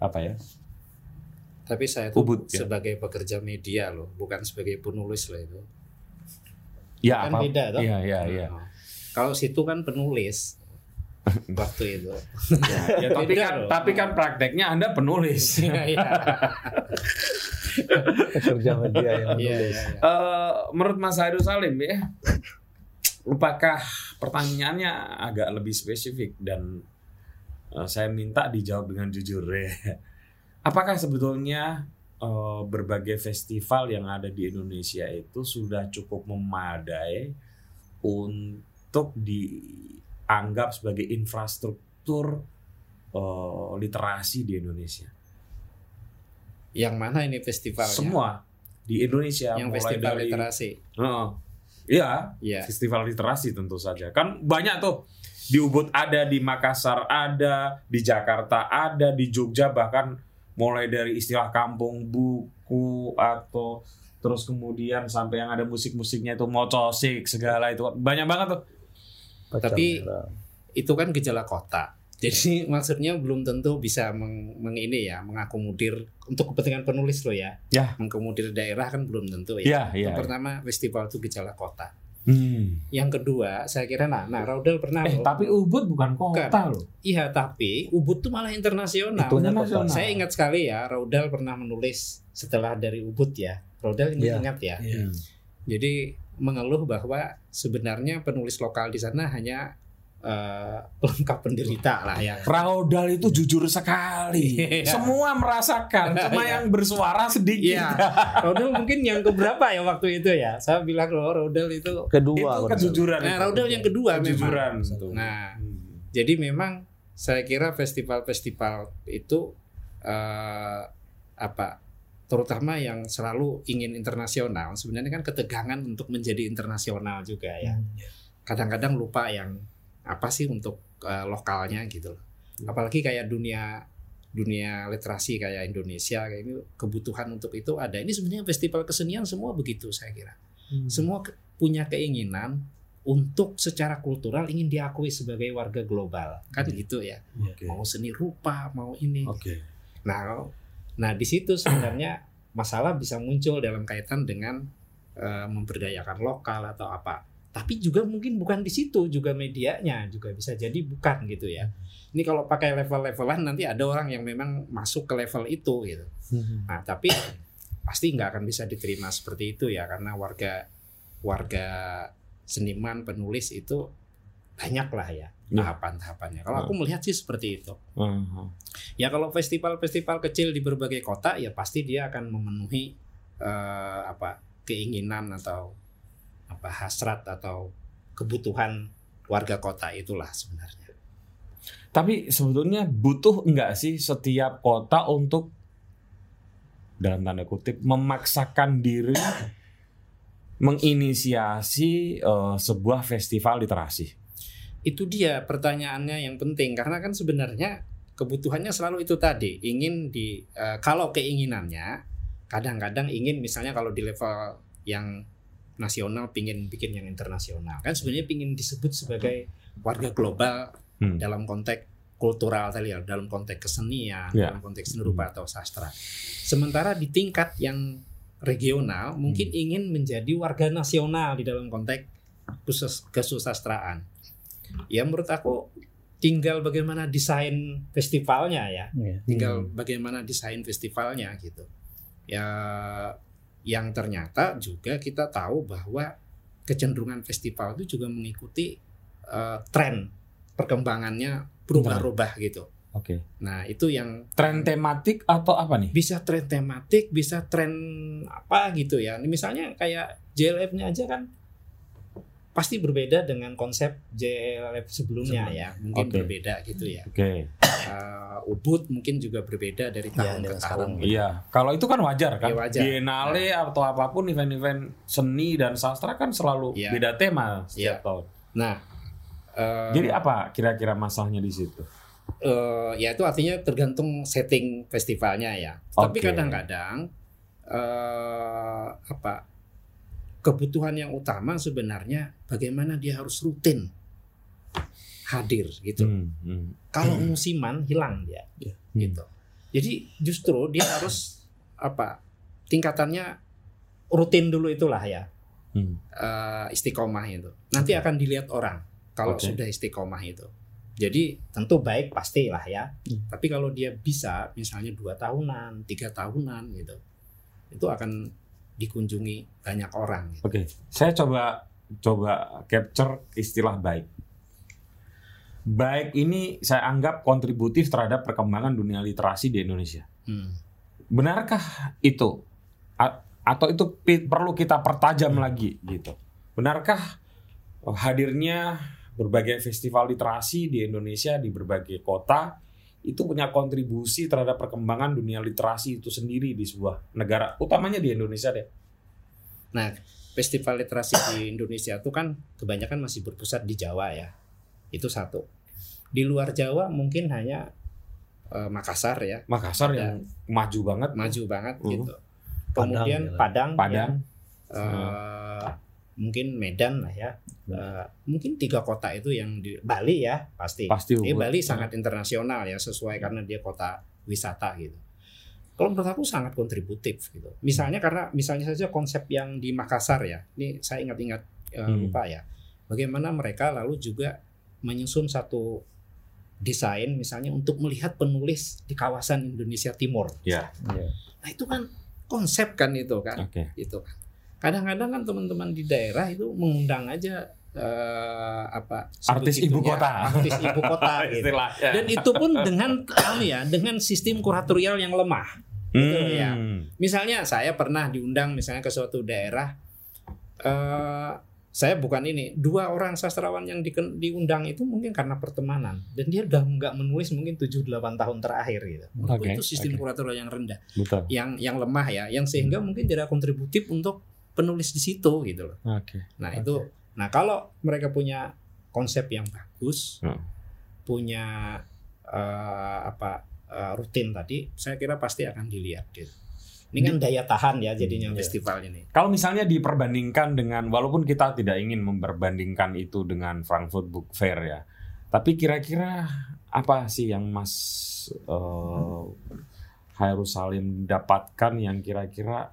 [SPEAKER 2] Tapi saya tuh Ubud, sebagai pekerja media loh, bukan sebagai penulis lah itu.
[SPEAKER 1] Ya,
[SPEAKER 2] kan beda toh?
[SPEAKER 1] Iya.
[SPEAKER 2] Kalau situ kan penulis waktu itu.
[SPEAKER 1] Tapi kan prakteknya Anda penulis.
[SPEAKER 3] Kerja media yang menulis.
[SPEAKER 1] Menurut Mas Hairul Salim ya, apakah pertanyaannya agak lebih spesifik dan saya minta dijawab dengan jujur ya. Apakah sebetulnya berbagai festival yang ada di Indonesia itu sudah cukup memadai untuk dianggap sebagai infrastruktur literasi di Indonesia?
[SPEAKER 2] Yang mana ini festivalnya?
[SPEAKER 1] Semua di Indonesia.
[SPEAKER 2] Yang festival literasi.
[SPEAKER 1] Iya, festival literasi tentu saja. Kan banyak tuh. Di Ubud ada, di Makassar ada, di Jakarta ada, di Jogja bahkan mulai dari istilah kampung buku atau terus kemudian sampai yang ada musik-musiknya itu mocosik segala itu banyak banget tuh.
[SPEAKER 2] Tapi itu kan gejala kota. Jadi maksudnya belum tentu bisa mengakomodir untuk kepentingan penulis loh ya. Mengakomodir daerah kan belum tentu ya. Yang pertama festival itu gejala kota. Yang kedua, saya kira Raudal pernah
[SPEAKER 1] tapi Ubud bukan kota loh.
[SPEAKER 2] Iya, tapi Ubud tuh malah internasional. Saya ingat sekali ya, Raudal pernah menulis setelah dari Ubud ya. Raudal ingat ya. Jadi mengeluh bahwa sebenarnya penulis lokal di sana hanya pelengkap penderita lah ya.
[SPEAKER 1] Raudal itu jujur sekali. Semua merasakan, cuma yang bersuara sedikit.
[SPEAKER 2] Iya. Raudal mungkin yang keberapa ya waktu itu ya? Saya bilang Raudal itu
[SPEAKER 3] kedua.
[SPEAKER 1] Itu kejujuran.
[SPEAKER 2] Nah, Raudal yang kedua
[SPEAKER 1] kejujuran.
[SPEAKER 2] Memang. Nah, jadi memang saya kira festival-festival itu terutama yang selalu ingin internasional, sebenarnya kan ketegangan untuk menjadi internasional juga ya. Kadang-kadang lupa yang apa sih untuk lokalnya gitu. Apalagi kayak dunia literasi kayak Indonesia kayak ini, kebutuhan untuk itu ada. Ini sebenarnya festival kesenian semua begitu saya kira. Semua punya keinginan untuk secara kultural ingin diakui sebagai warga global kan gitu ya. Mau seni rupa, mau ini. Nah di situ sebenarnya masalah bisa muncul dalam kaitan dengan memberdayakan lokal atau apa. Tapi juga mungkin bukan di situ juga medianya juga bisa jadi bukan gitu ya. Ini kalau pakai level-levelan nanti ada orang yang memang masuk ke level itu gitu. Nah tapi pasti nggak akan bisa diterima seperti itu ya, karena warga seniman penulis itu banyak lah ya tahapan-tahapannya. Kalau aku melihat sih seperti itu. Ya kalau festival-festival kecil di berbagai kota ya pasti dia akan memenuhi keinginan atau hasrat atau kebutuhan warga kota itulah sebenarnya.
[SPEAKER 1] Tapi sebetulnya butuh enggak sih setiap kota untuk dalam tanda kutip memaksakan diri menginisiasi sebuah festival literasi?
[SPEAKER 2] Itu dia pertanyaannya yang penting, karena kan sebenarnya kebutuhannya selalu itu tadi, ingin kalau keinginannya kadang-kadang ingin misalnya kalau di level yang nasional pingin bikin yang internasional, kan sebenarnya pingin disebut sebagai warga global dalam konteks kultural tadi ya, dalam konteks kesenian, dalam konteks seni rupa atau sastra. Sementara di tingkat yang regional mungkin ingin menjadi warga nasional di dalam konteks kesusastraan. Ya menurut aku tinggal bagaimana desain festivalnya ya, tinggal bagaimana desain festivalnya gitu. Ya yang ternyata juga kita tahu bahwa kecenderungan festival itu juga mengikuti tren perkembangannya berubah-ubah gitu. Nah itu yang
[SPEAKER 1] tren tematik atau apa nih?
[SPEAKER 2] Bisa tren tematik, bisa tren apa gitu ya. Misalnya kayak JLF-nya aja kan pasti berbeda dengan konsep JLF sebelumnya ya, mungkin berbeda gitu ya. Ubud mungkin juga berbeda dari tahun ke tahun.
[SPEAKER 1] Gitu. Iya, kalau itu kan wajar kan.
[SPEAKER 2] Ya, wajar.
[SPEAKER 1] Biennale atau apapun event-event seni dan sastra kan selalu beda tema setiap tahun.
[SPEAKER 2] Nah,
[SPEAKER 1] jadi apa kira-kira masalahnya di situ?
[SPEAKER 2] Ya itu artinya tergantung setting festivalnya ya. Tapi kadang-kadang kebutuhan yang utama sebenarnya bagaimana dia harus rutin hadir gitu. Kalau musiman hilang dia, gitu. Jadi justru dia harus tingkatannya rutin dulu itulah ya, istiqomah itu. Nanti akan dilihat orang kalau sudah istiqomah itu. Jadi tentu baik pastilah ya. Tapi kalau dia bisa misalnya 2 tahunan, 3 tahunan gitu, itu akan dikunjungi banyak orang. Gitu.
[SPEAKER 1] Saya coba capture istilah baik. Baik ini saya anggap kontributif terhadap perkembangan dunia literasi di Indonesia. Benarkah itu? Atau itu perlu kita pertajam lagi gitu? Benarkah hadirnya berbagai festival literasi di Indonesia di berbagai kota itu punya kontribusi terhadap perkembangan dunia literasi itu sendiri di sebuah negara, utamanya di Indonesia deh?
[SPEAKER 2] Nah, festival literasi di Indonesia itu kan kebanyakan masih berpusat di Jawa ya. Itu satu. Di luar Jawa mungkin hanya Makassar ya.
[SPEAKER 1] Makassar yang maju banget
[SPEAKER 2] gitu. Kemudian Padang. Mungkin Medan lah ya. Mungkin 3 kota itu yang di Bali ya pasti. Bali sangat internasional ya, sesuai karena dia kota wisata gitu. Kalau menurut aku sangat kontributif gitu. Misalnya saja konsep yang di Makassar ya. Ini saya ingat lupa ya. Bagaimana mereka lalu juga menyusun satu desain misalnya untuk melihat penulis di kawasan Indonesia Timur.
[SPEAKER 1] Nah
[SPEAKER 2] itu kan konsep kan itu kan. Itu kan. kadang-kadang kan teman-teman di daerah itu mengundang aja
[SPEAKER 1] artis ibu kota
[SPEAKER 2] gitu. Dan itu pun dengan sistem kuratorial yang lemah. Gitu ya. Misalnya saya pernah diundang misalnya ke suatu daerah, saya bukan ini, 2 orang sastrawan yang diundang itu mungkin karena pertemanan, dan dia udah nggak menulis mungkin 7-8 tahun terakhir gitu. Itu sistem kuratorial yang rendah.
[SPEAKER 1] Betul.
[SPEAKER 2] yang lemah ya, yang sehingga mungkin tidak kontributif untuk penulis di situ gitu loh. Nah kalau mereka punya konsep yang bagus, punya rutin tadi, saya kira pasti akan dilihat gitu. Ini kan daya tahan ya jadinya festival ini.
[SPEAKER 1] Kalau misalnya diperbandingkan dengan, walaupun kita tidak ingin memperbandingkan itu dengan Frankfurt Book Fair ya, tapi kira-kira apa sih yang Mas Hairul Salim dapatkan yang kira-kira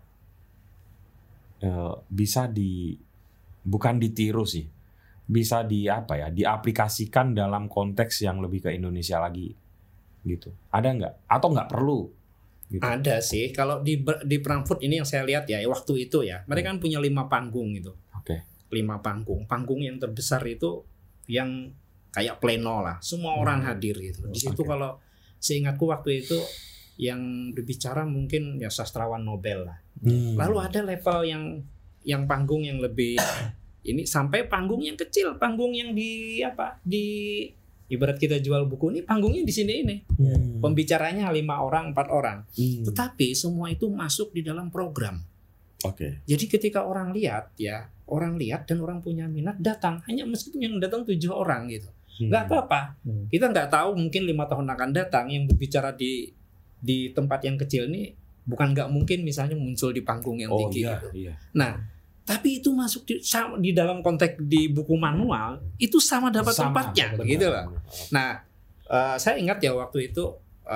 [SPEAKER 1] bisa bukan ditiru sih, bisa diaplikasikan dalam konteks yang lebih ke Indonesia lagi gitu. Ada nggak? Atau nggak perlu? Gitu.
[SPEAKER 2] Ada sih. Kalau di Frankfurt ini yang saya lihat ya waktu itu ya, mereka kan punya 5 panggung gitu. 5 panggung. Panggung yang terbesar itu yang kayak pleno lah, semua orang hadir gitu. Di situ kalau seingatku waktu itu yang berbicara mungkin ya sastrawan Nobel lah. Lalu ada level yang panggung yang lebih ini, sampai panggung yang kecil, panggung yang di ibarat kita jual buku ini, panggungnya di sini ini. Pembicaranya 5 orang, 4 orang. Tetapi semua itu masuk di dalam program. Jadi ketika orang lihat dan orang punya minat datang, hanya meskipun yang datang 7 orang gitu. Enggak apa-apa. Kita enggak tahu mungkin 5 tahun akan datang yang berbicara di tempat yang kecil ini bukan enggak mungkin misalnya muncul di panggung yang tinggi gitu. Nah, tapi itu masuk di dalam konteks di buku manual itu sama dapat tempatnya begitu loh. Nah, saya ingat ya waktu itu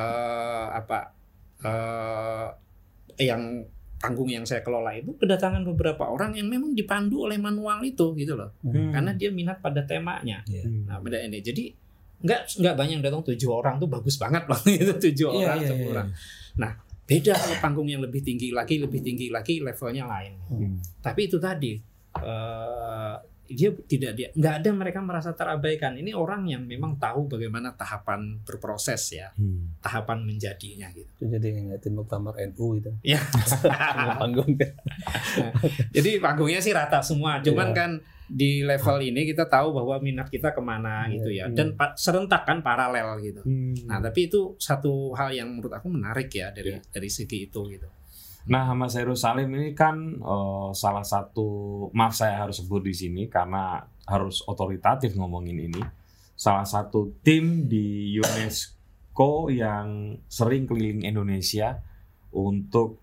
[SPEAKER 2] yang panggung yang saya kelola itu kedatangan beberapa orang yang memang dipandu oleh manual itu gitu loh. Karena dia minat pada temanya. Nah, pada ini jadi enggak banyak yang datang 7 orang tuh bagus banget loh itu 7 orang 10 orang. Nah, beda kalau panggung yang lebih tinggi lagi levelnya lain. Tapi itu tadi nggak ada mereka merasa terabaikan. Ini orang yang memang tahu bagaimana tahapan berproses ya, tahapan menjadinya gitu.
[SPEAKER 3] Itu jadi ingetin muktamar NU itu.
[SPEAKER 2] Ya.
[SPEAKER 3] Panggung.
[SPEAKER 2] Jadi panggungnya sih rata semua, cuman kan di level ini kita tahu bahwa minat kita kemana gitu ya, dan serentak kan paralel gitu. Nah tapi itu satu hal yang menurut aku menarik ya dari segi itu gitu.
[SPEAKER 1] Nah, Mas Hairul Salim ini kan salah satu, maaf saya harus sebut di sini karena harus otoritatif ngomongin ini, salah satu tim di UNESCO yang sering keliling Indonesia untuk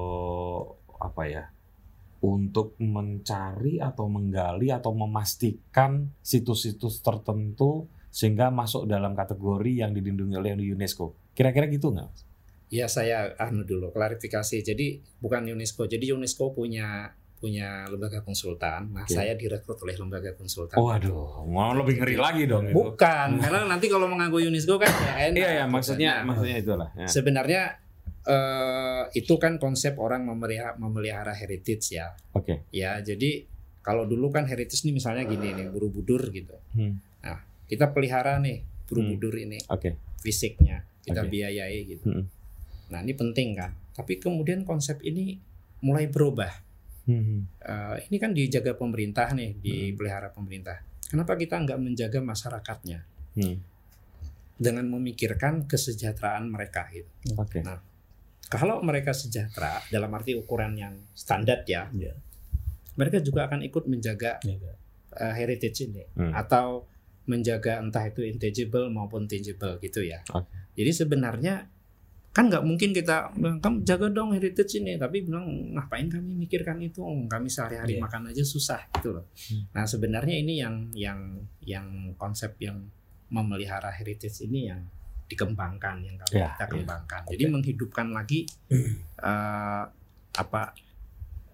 [SPEAKER 1] untuk mencari atau menggali atau memastikan situs-situs tertentu sehingga masuk dalam kategori yang dilindungi oleh UNESCO. Kira-kira gitu nggak?
[SPEAKER 2] Ya saya dulu klarifikasi. Jadi bukan UNESCO. Jadi UNESCO punya lembaga konsultan. Nah, saya direkrut oleh lembaga konsultan.
[SPEAKER 1] Waduh, mau lebih ngeri lagi dong itu.
[SPEAKER 2] Bukan, karena nanti kalau mengaku UNESCO kan ya enak.
[SPEAKER 1] Iya, maksudnya itulah. Ya.
[SPEAKER 2] Sebenarnya itu kan konsep orang memelihara heritage ya. Ya, jadi kalau dulu kan heritage ini misalnya gini nih, Borobudur gitu. Nah, kita pelihara nih Borobudur ini. Fisiknya kita biayai gitu. Nah, ini penting kan. Tapi kemudian konsep ini mulai berubah. Ini kan dijaga pemerintah nih, dipelihara pemerintah. Kenapa kita nggak menjaga masyarakatnya dengan memikirkan kesejahteraan mereka gitu. Nah, kalau mereka sejahtera dalam arti ukuran yang standar ya, mereka juga akan ikut menjaga heritage ini atau menjaga entah itu intangible maupun tangible gitu ya. Jadi sebenarnya kan nggak mungkin kita bilang kamu jaga dong heritage ini, tapi bilang ngapain kami mikirkan itu, kami sehari-hari makan aja susah gitu loh. Nah sebenarnya ini yang konsep yang memelihara heritage ini yang dikembangkan, yang kita kembangkan. Jadi menghidupkan lagi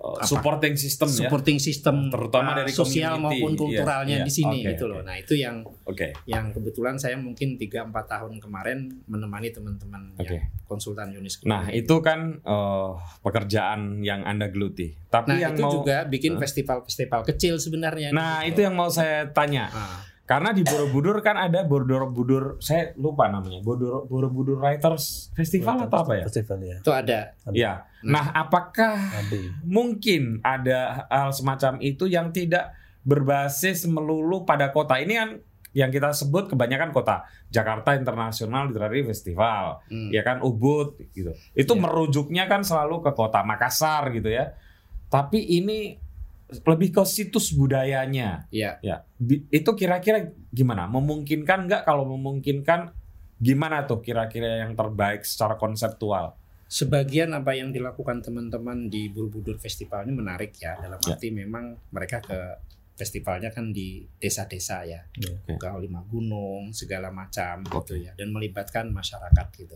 [SPEAKER 1] supporting
[SPEAKER 2] system
[SPEAKER 1] terutama dari
[SPEAKER 2] sosial
[SPEAKER 1] community,
[SPEAKER 2] maupun kulturalnya di sini
[SPEAKER 1] okay,
[SPEAKER 2] gitu loh. Nah, itu yang kebetulan saya mungkin 3-4 tahun kemarin menemani teman-teman yang konsultan UNIS.
[SPEAKER 1] Nah, itu kan pekerjaan yang Anda geluti. Tapi yang
[SPEAKER 2] itu juga bikin festival-festival kecil sebenarnya.
[SPEAKER 1] Nah, itu yang mau saya tanya. Karena di Borobudur kan ada Borobudur, saya lupa namanya, Borobudur Writers Festival atau apa ya?
[SPEAKER 3] Festival ya.
[SPEAKER 2] Itu ada.
[SPEAKER 1] Ya. Nah, apakah mungkin ada hal semacam itu yang tidak berbasis melulu pada kota? Ini kan yang kita sebut kebanyakan kota. Jakarta International Literary Festival, ya kan, Ubud gitu. Itu merujuknya kan selalu ke kota Makassar gitu ya. Tapi ini lebih ke situs budayanya. Ya. Itu kira-kira gimana? Memungkinkan nggak? Kalau memungkinkan, gimana tuh kira-kira yang terbaik secara konseptual?
[SPEAKER 2] Sebagian apa yang dilakukan teman-teman di Borobudur Festival ini menarik ya. Dalam arti memang mereka ke festivalnya kan di desa-desa ya. Ke 5 gunung, segala macam gitu ya. Dan melibatkan masyarakat gitu.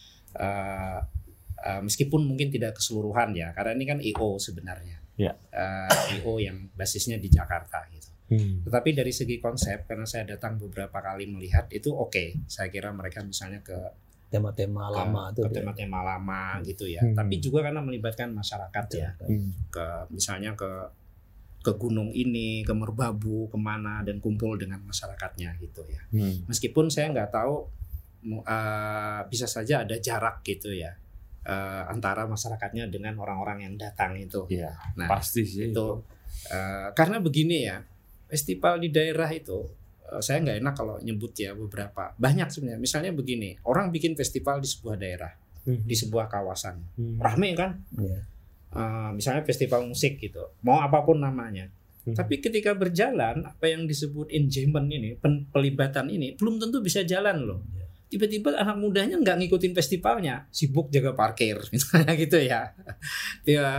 [SPEAKER 2] Meskipun mungkin tidak keseluruhan ya. Karena ini kan I.O. sebenarnya. I.O. yang basisnya di Jakarta gitu. Tetapi dari segi konsep, karena saya datang beberapa kali melihat itu saya kira mereka misalnya ke
[SPEAKER 3] tema-tema lama
[SPEAKER 2] ke tema-tema lama gitu ya. Tapi juga karena melibatkan masyarakat ya. Misalnya ke gunung ini, ke Merbabu, kemana, dan kumpul dengan masyarakatnya gitu ya. Meskipun saya nggak tahu, bisa saja ada jarak gitu ya. Antara masyarakatnya dengan orang-orang yang datang itu.
[SPEAKER 1] Nah, pasti sih
[SPEAKER 2] itu. Karena begini ya, festival di daerah itu saya nggak enak kalau nyebut ya beberapa. Banyak sebenarnya. Misalnya begini, orang bikin festival di sebuah daerah, di sebuah kawasan, rame kan? Misalnya festival musik gitu, mau apapun namanya. Tapi ketika berjalan, apa yang disebut engagement ini, pelibatan ini, belum tentu bisa jalan loh. Tiba-tiba anak mudanya nggak ngikutin festivalnya, sibuk jaga parkir misalnya gitu ya. Dia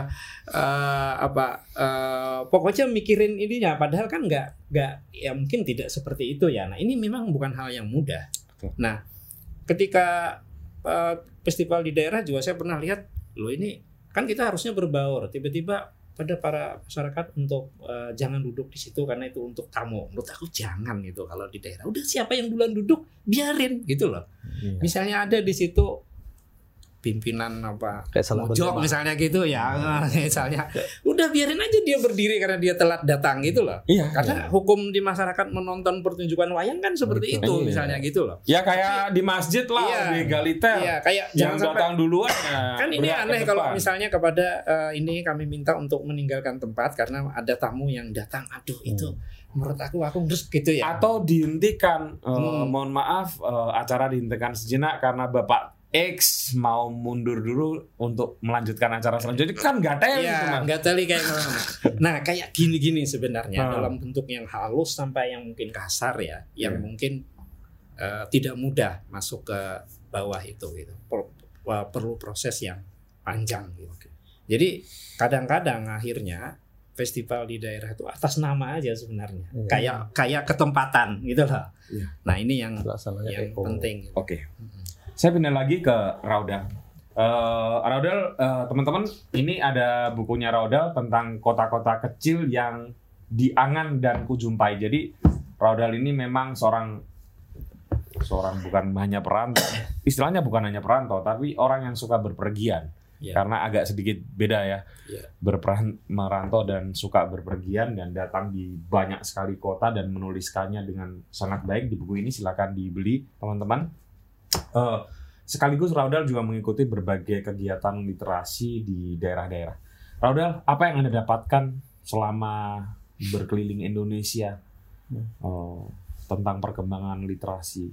[SPEAKER 2] pokoknya mikirin ininya, padahal kan nggak ya mungkin tidak seperti itu ya. Nah, ini memang bukan hal yang mudah. Nah, ketika festival di daerah juga saya pernah lihat, loh ini kan kita harusnya berbaur, tiba-tiba pada para masyarakat untuk jangan duduk di situ karena itu untuk tamu. Menurut aku jangan gitu kalau di daerah. Udah siapa yang duluan duduk, biarin gitu loh. Misalnya ada di situ pimpinan mojok misalnya gitu ya, misalnya udah biarin aja dia berdiri karena dia telat datang gitu loh. Karena hukum di masyarakat menonton pertunjukan wayang kan seperti itu misalnya gitu loh.
[SPEAKER 1] Ya kayak di masjid lah, lebih egaliter.
[SPEAKER 2] Kayak
[SPEAKER 1] yang datang duluan.
[SPEAKER 2] Kan ini aneh kalau misalnya kepada ini kami minta untuk meninggalkan tempat karena ada tamu yang datang. Aduh itu menurut aku terus gitu ya.
[SPEAKER 1] Atau dihentikan, mohon maaf, acara dihentikan sejenak karena Bapak X mau mundur dulu untuk melanjutkan acara selanjutnya. Kan nggak teli itu Mas.
[SPEAKER 2] Nggak teli kayak mana. Nah kayak gini-gini sebenarnya dalam bentuk yang halus sampai yang mungkin kasar ya, yang mungkin tidak mudah masuk ke bawah itu gitu. Perlu proses yang panjang gitu. Jadi kadang-kadang akhirnya festival di daerah itu atas nama aja sebenarnya. Kayak ketempatan gitu lah. Nah ini yang penting.
[SPEAKER 1] Oke. Saya pindah lagi ke Raudal. Raudal, teman-teman, ini ada bukunya Raudal tentang kota-kota kecil yang diangan dan kujumpai. Jadi Raudal ini memang seorang bukan hanya perantau, istilahnya bukan hanya perantau, tapi orang yang suka berpergian. Karena agak sedikit beda ya, merantau dan suka berpergian dan datang di banyak sekali kota dan menuliskannya dengan sangat baik. Di buku ini silakan dibeli teman-teman. Sekaligus Raudal juga mengikuti berbagai kegiatan literasi di daerah-daerah. Raudal, apa yang Anda dapatkan selama berkeliling Indonesia tentang perkembangan literasi?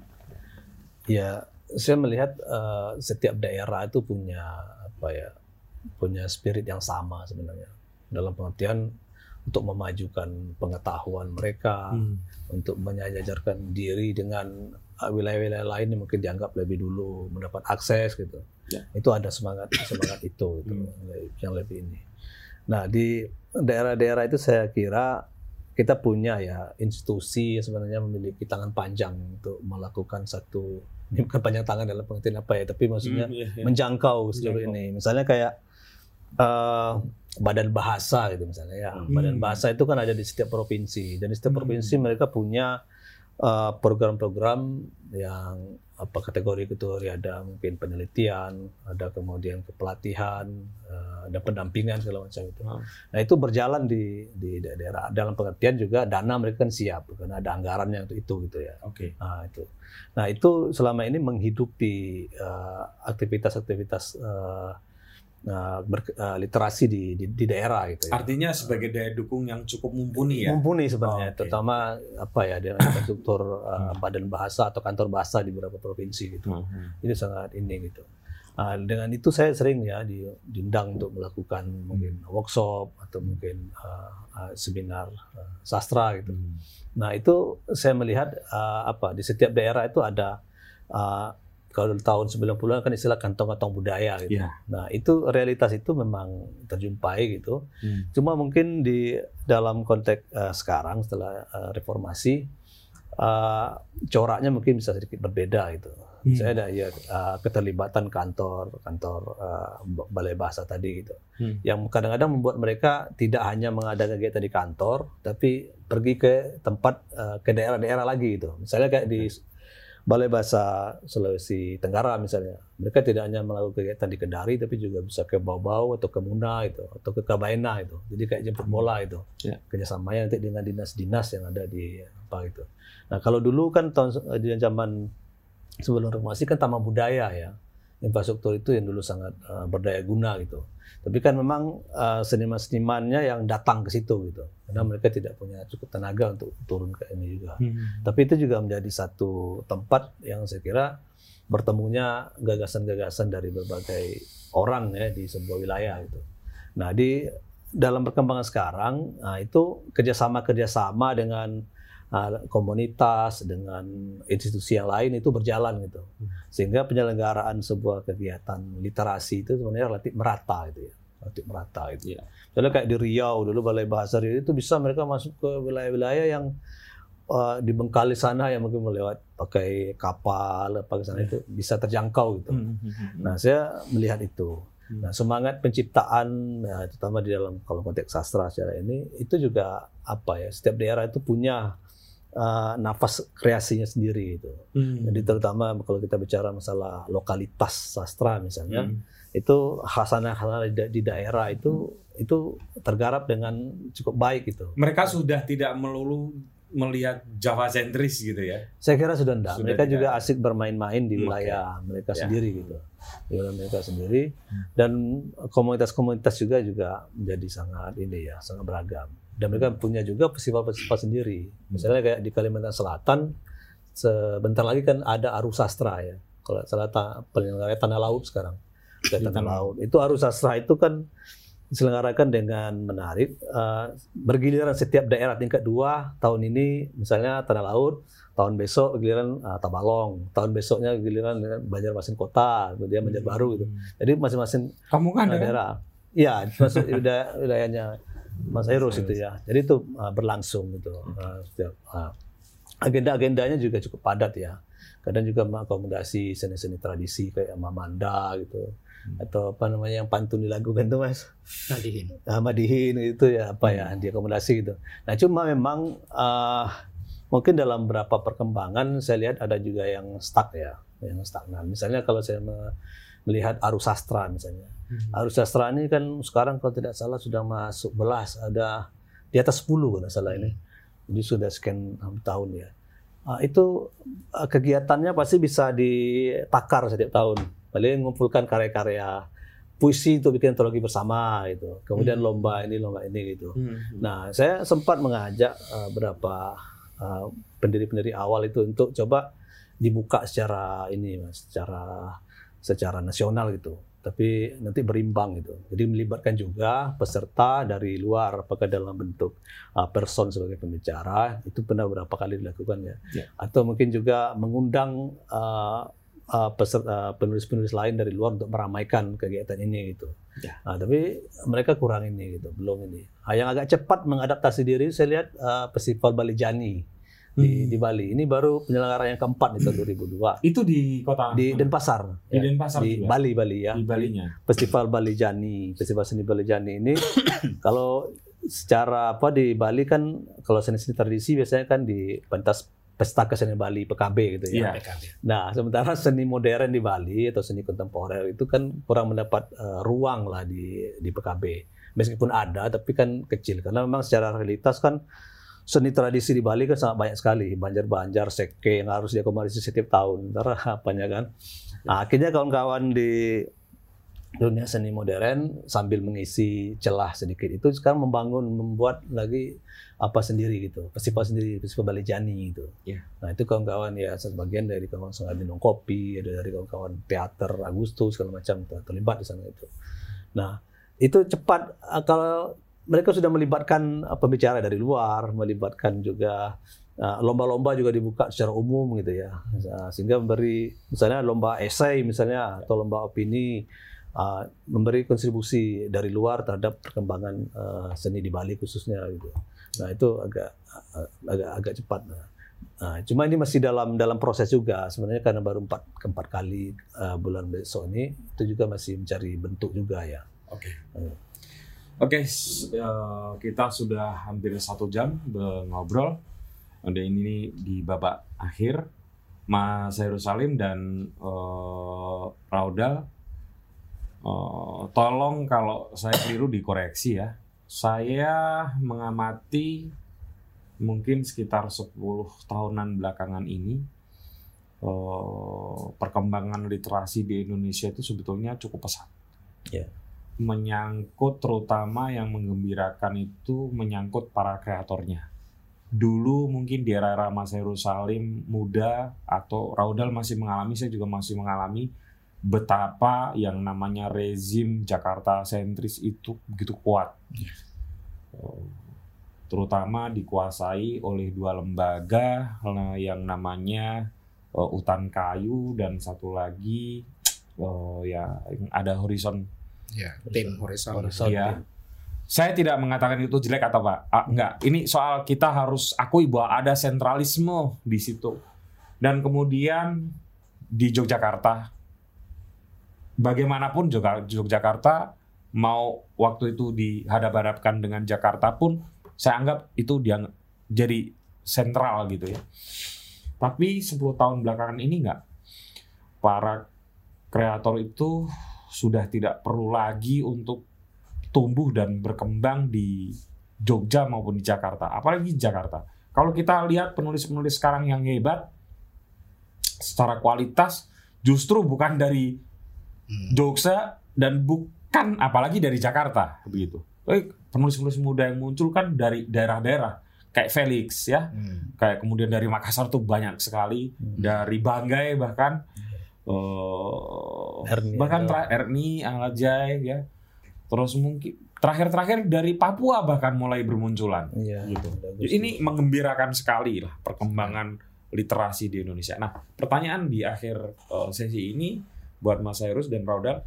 [SPEAKER 3] Ya, saya melihat setiap daerah itu punya spirit yang sama sebenarnya. Dalam pengertian untuk memajukan pengetahuan mereka, untuk menyejajarkan diri dengan wilayah-wilayah lain yang mungkin dianggap lebih dulu mendapat akses gitu. Itu ada semangat itu yang lebih ini. Nah, di daerah-daerah itu saya kira kita punya ya institusi yang sebenarnya memiliki tangan panjang untuk melakukan ini bukan panjang tangan dalam pengertian apa ya, tapi maksudnya menjangkau seluruh ini. Misalnya kayak badan bahasa gitu misalnya ya. Badan bahasa itu kan ada di setiap provinsi, dan di setiap provinsi mereka punya program-program yang kategori ada mungkin penelitian, ada kemudian kepelatihan, ada pendampingan segala macam itu. Nah itu berjalan di daerah. Dalam pengertian juga dana mereka kan siap karena ada anggarannya untuk itu gitu ya.
[SPEAKER 1] Oke.
[SPEAKER 3] Nah itu selama ini menghidupi aktivitas-aktivitas literasi di daerah gitu ya.
[SPEAKER 1] Artinya sebagai daya dukung yang cukup mumpuni ya.
[SPEAKER 3] Mumpuni sebenarnya, terutama dengan infrastruktur badan bahasa atau kantor bahasa di beberapa provinsi gitu. Ini sangat ini gitu. Dengan itu saya sering ya diundang untuk melakukan mungkin workshop atau mungkin seminar sastra gitu. Nah itu saya melihat di setiap daerah itu ada kalau tahun 90-an kan istilah kantong-kantong budaya gitu. Yeah. Nah, itu realitas itu memang terjumpai gitu. Cuma mungkin di dalam konteks sekarang setelah reformasi coraknya mungkin bisa sedikit berbeda gitu. Saya ada keterlibatan kantor balai bahasa tadi gitu. Yang kadang-kadang membuat mereka tidak hanya mengadakan kegiatan di kantor, tapi pergi ke tempat ke daerah-daerah lagi gitu. Misalnya kayak di Balai Bahasa Sulawesi Tenggara misalnya, mereka tidak hanya melakukan kegiatan di Kendari, tapi juga bisa ke Bau-Bau atau ke Muna itu, atau ke Kabaena itu. Jadi kayak jemput bola itu, kerjasamanya nanti dengan dinas-dinas yang ada di itu. Nah kalau dulu kan di zaman sebelum reformasi kan taman budaya ya, infrastruktur itu yang dulu sangat berdaya guna gitu. Tapi kan memang seniman-senimannya yang datang ke situ gitu, karena mereka tidak punya cukup tenaga untuk turun ke ini juga. Tapi itu juga menjadi satu tempat yang saya kira bertemunya gagasan-gagasan dari berbagai orang ya di sebuah wilayah gitu. Nah di dalam perkembangan sekarang, itu kerjasama dengan komunitas, dengan institusi yang lain itu berjalan gitu, sehingga penyelenggaraan sebuah kegiatan literasi itu sebenarnya relatif merata gitu ya, gitu. Soalnya kayak di Riau dulu Balai Bahasa Riau itu bisa mereka masuk ke wilayah-wilayah yang di Bengkali sana yang mungkin melewat pakai kapal pakai sana itu bisa terjangkau gitu. Nah saya melihat itu. Nah semangat penciptaan, terutama di dalam kalau konteks sastra secara ini itu juga setiap daerah itu punya nafas kreasinya sendiri itu. Jadi terutama kalau kita bicara masalah lokalitas sastra misalnya, itu khasanah di daerah itu tergarap dengan cukup baik gitu.
[SPEAKER 1] Mereka sudah tidak melulu melihat Jawa sentris gitu ya.
[SPEAKER 3] Saya kira sudah enggak. Mereka juga asik bermain-main di wilayah mereka sendiri gitu. Di wilayah mereka sendiri, dan komunitas-komunitas juga menjadi sangat sangat beragam. Dan mereka punya juga festival-festival sendiri. Misalnya kayak di Kalimantan Selatan, sebentar lagi kan ada Aru Sastra ya. Kalau Selatan penyelenggara Tanah Laut sekarang. Tanah Laut. Itu Aru Sastra itu kan diselenggarakan dengan menarik, bergiliran setiap daerah tingkat 2. Tahun ini misalnya Tanah Laut, tahun besok giliran Tabalong, tahun besoknya giliran Banjarmasin Kota, kemudian Banjarbaru gitu. Jadi masing-masing daerah. Iya, masuk wilayahnya Mas Eros itu ya. Jadi itu berlangsung gitu. Agenda-agendanya juga cukup padat ya. Kadang juga mengakomodasi seni-seni tradisi kayak Mamanda gitu. Atau yang pantun dilakukan tuh Mas. Madihin itu ya diakomodasi gitu. Nah cuma memang mungkin dalam beberapa perkembangan saya lihat ada juga yang stuck ya, yang stagnan. Misalnya kalau saya melihat Aru Sastra misalnya. Aru Sastra ini kan sekarang kalau tidak salah sudah masuk belas, ada di atas 10 kalau tidak salah ini. Jadi sudah sekian tahun ya. Itu kegiatannya pasti bisa ditakar setiap tahun. Paling mengumpulkan karya-karya puisi untuk bikin antologi bersama gitu. Kemudian lomba ini gitu. Nah, saya sempat mengajak beberapa pendiri-pendiri awal itu untuk coba dibuka secara secara nasional gitu. Tapi nanti berimbang gitu. Jadi melibatkan juga peserta dari luar, apakah dalam bentuk person sebagai pembicara, itu pernah beberapa kali dilakukan ya. Atau mungkin juga mengundang penulis-penulis lain dari luar untuk meramaikan kegiatan ini gitu. Nah, tapi mereka kurang ini gitu, belum ini. Yang agak cepat mengadaptasi diri saya lihat Festival Balijani. di Bali. Ini baru penyelenggaraan yang keempat di tahun 2002.
[SPEAKER 1] Itu di kota
[SPEAKER 3] di Denpasar.
[SPEAKER 1] Di Denpasar
[SPEAKER 3] di
[SPEAKER 1] juga?
[SPEAKER 3] Bali ya.
[SPEAKER 1] Di Balinya.
[SPEAKER 3] Festival Bali Jani, Festival Seni Bali Jani ini kalau secara di Bali kan kalau seni-seni tradisi biasanya kan di pentas Pesta Kesenian Bali PKB gitu ya.
[SPEAKER 2] PKB.
[SPEAKER 3] Nah, sementara seni modern di Bali atau seni kontemporer itu kan kurang mendapat ruang lah di PKB. Meskipun ada tapi kan kecil karena memang secara realitas kan seni tradisi di Bali kan sangat banyak sekali, banjar-banjar, seke yang harus diakomodasi setiap tahun. Ntar apanya kan. Nah, akhirnya kawan-kawan di dunia seni modern sambil mengisi celah sedikit itu sekarang membuat lagi sendiri gitu, festival sendiri, Festival Bali Jani gitu.
[SPEAKER 1] Yeah.
[SPEAKER 3] Nah, itu kawan-kawan ya sebagian dari kawan-kawan Sungai Minum Kopi, ada dari kawan-kawan teater Agustus segala macam terlibat di sana itu. Nah, itu cepat kalau mereka sudah melibatkan pembicara dari luar, melibatkan juga lomba-lomba juga dibuka secara umum gitu ya, sehingga memberi misalnya lomba esai misalnya atau lomba opini, memberi kontribusi dari luar terhadap perkembangan seni di Bali khususnya gitu. Nah itu agak cepat. Nah, cuma ini masih dalam proses juga sebenarnya karena baru keempat kali bulan besok ini itu juga masih mencari bentuk juga ya.
[SPEAKER 1] Oke, kita sudah hampir 1 jam ngobrol. Dan ini di babak akhir, Mas Hairul Salim dan Raudal, tolong kalau saya keliru dikoreksi ya. Saya mengamati mungkin sekitar 10 tahunan belakangan ini, perkembangan literasi di Indonesia itu sebetulnya cukup pesat.
[SPEAKER 3] Yeah.
[SPEAKER 1] Menyangkut terutama yang menggembirakan itu menyangkut para kreatornya. Dulu mungkin di era Mas Hairul Salim muda atau Raudal masih mengalami, saya juga masih mengalami betapa yang namanya rezim Jakarta sentris itu begitu kuat. Terutama dikuasai oleh 2 lembaga yang namanya Utan Kayu dan satu lagi yang ada Horizon.
[SPEAKER 2] Ya, tim Horizon.
[SPEAKER 1] Ya. Saya tidak mengatakan itu jelek atau apa. Enggak. Ini soal kita harus akui bahwa ada sentralisme di situ. Dan kemudian di Yogyakarta, bagaimanapun Yogyakarta mau waktu itu dihadap-hadapkan dengan Jakarta pun, saya anggap itu dia jadi sentral gitu ya. Tapi 10 tahun belakangan ini enggak. Para kreator itu sudah tidak perlu lagi untuk tumbuh dan berkembang di Jogja maupun di Jakarta, apalagi di Jakarta. Kalau kita lihat penulis-penulis sekarang yang hebat secara kualitas justru bukan dari Jogja dan bukan apalagi dari Jakarta begitu. Penulis-penulis muda yang muncul kan dari daerah-daerah kayak Felix ya, kayak kemudian dari Makassar tuh banyak sekali, dari Banggai bahkan. Bahkan Erni, Alajai ya. Terus mungkin terakhir dari Papua bahkan mulai bermunculan. Gitu. Ini menggembirakan sekali lah perkembangan literasi di Indonesia. Nah, pertanyaan di akhir sesi ini buat Mas Hairul dan Raudal,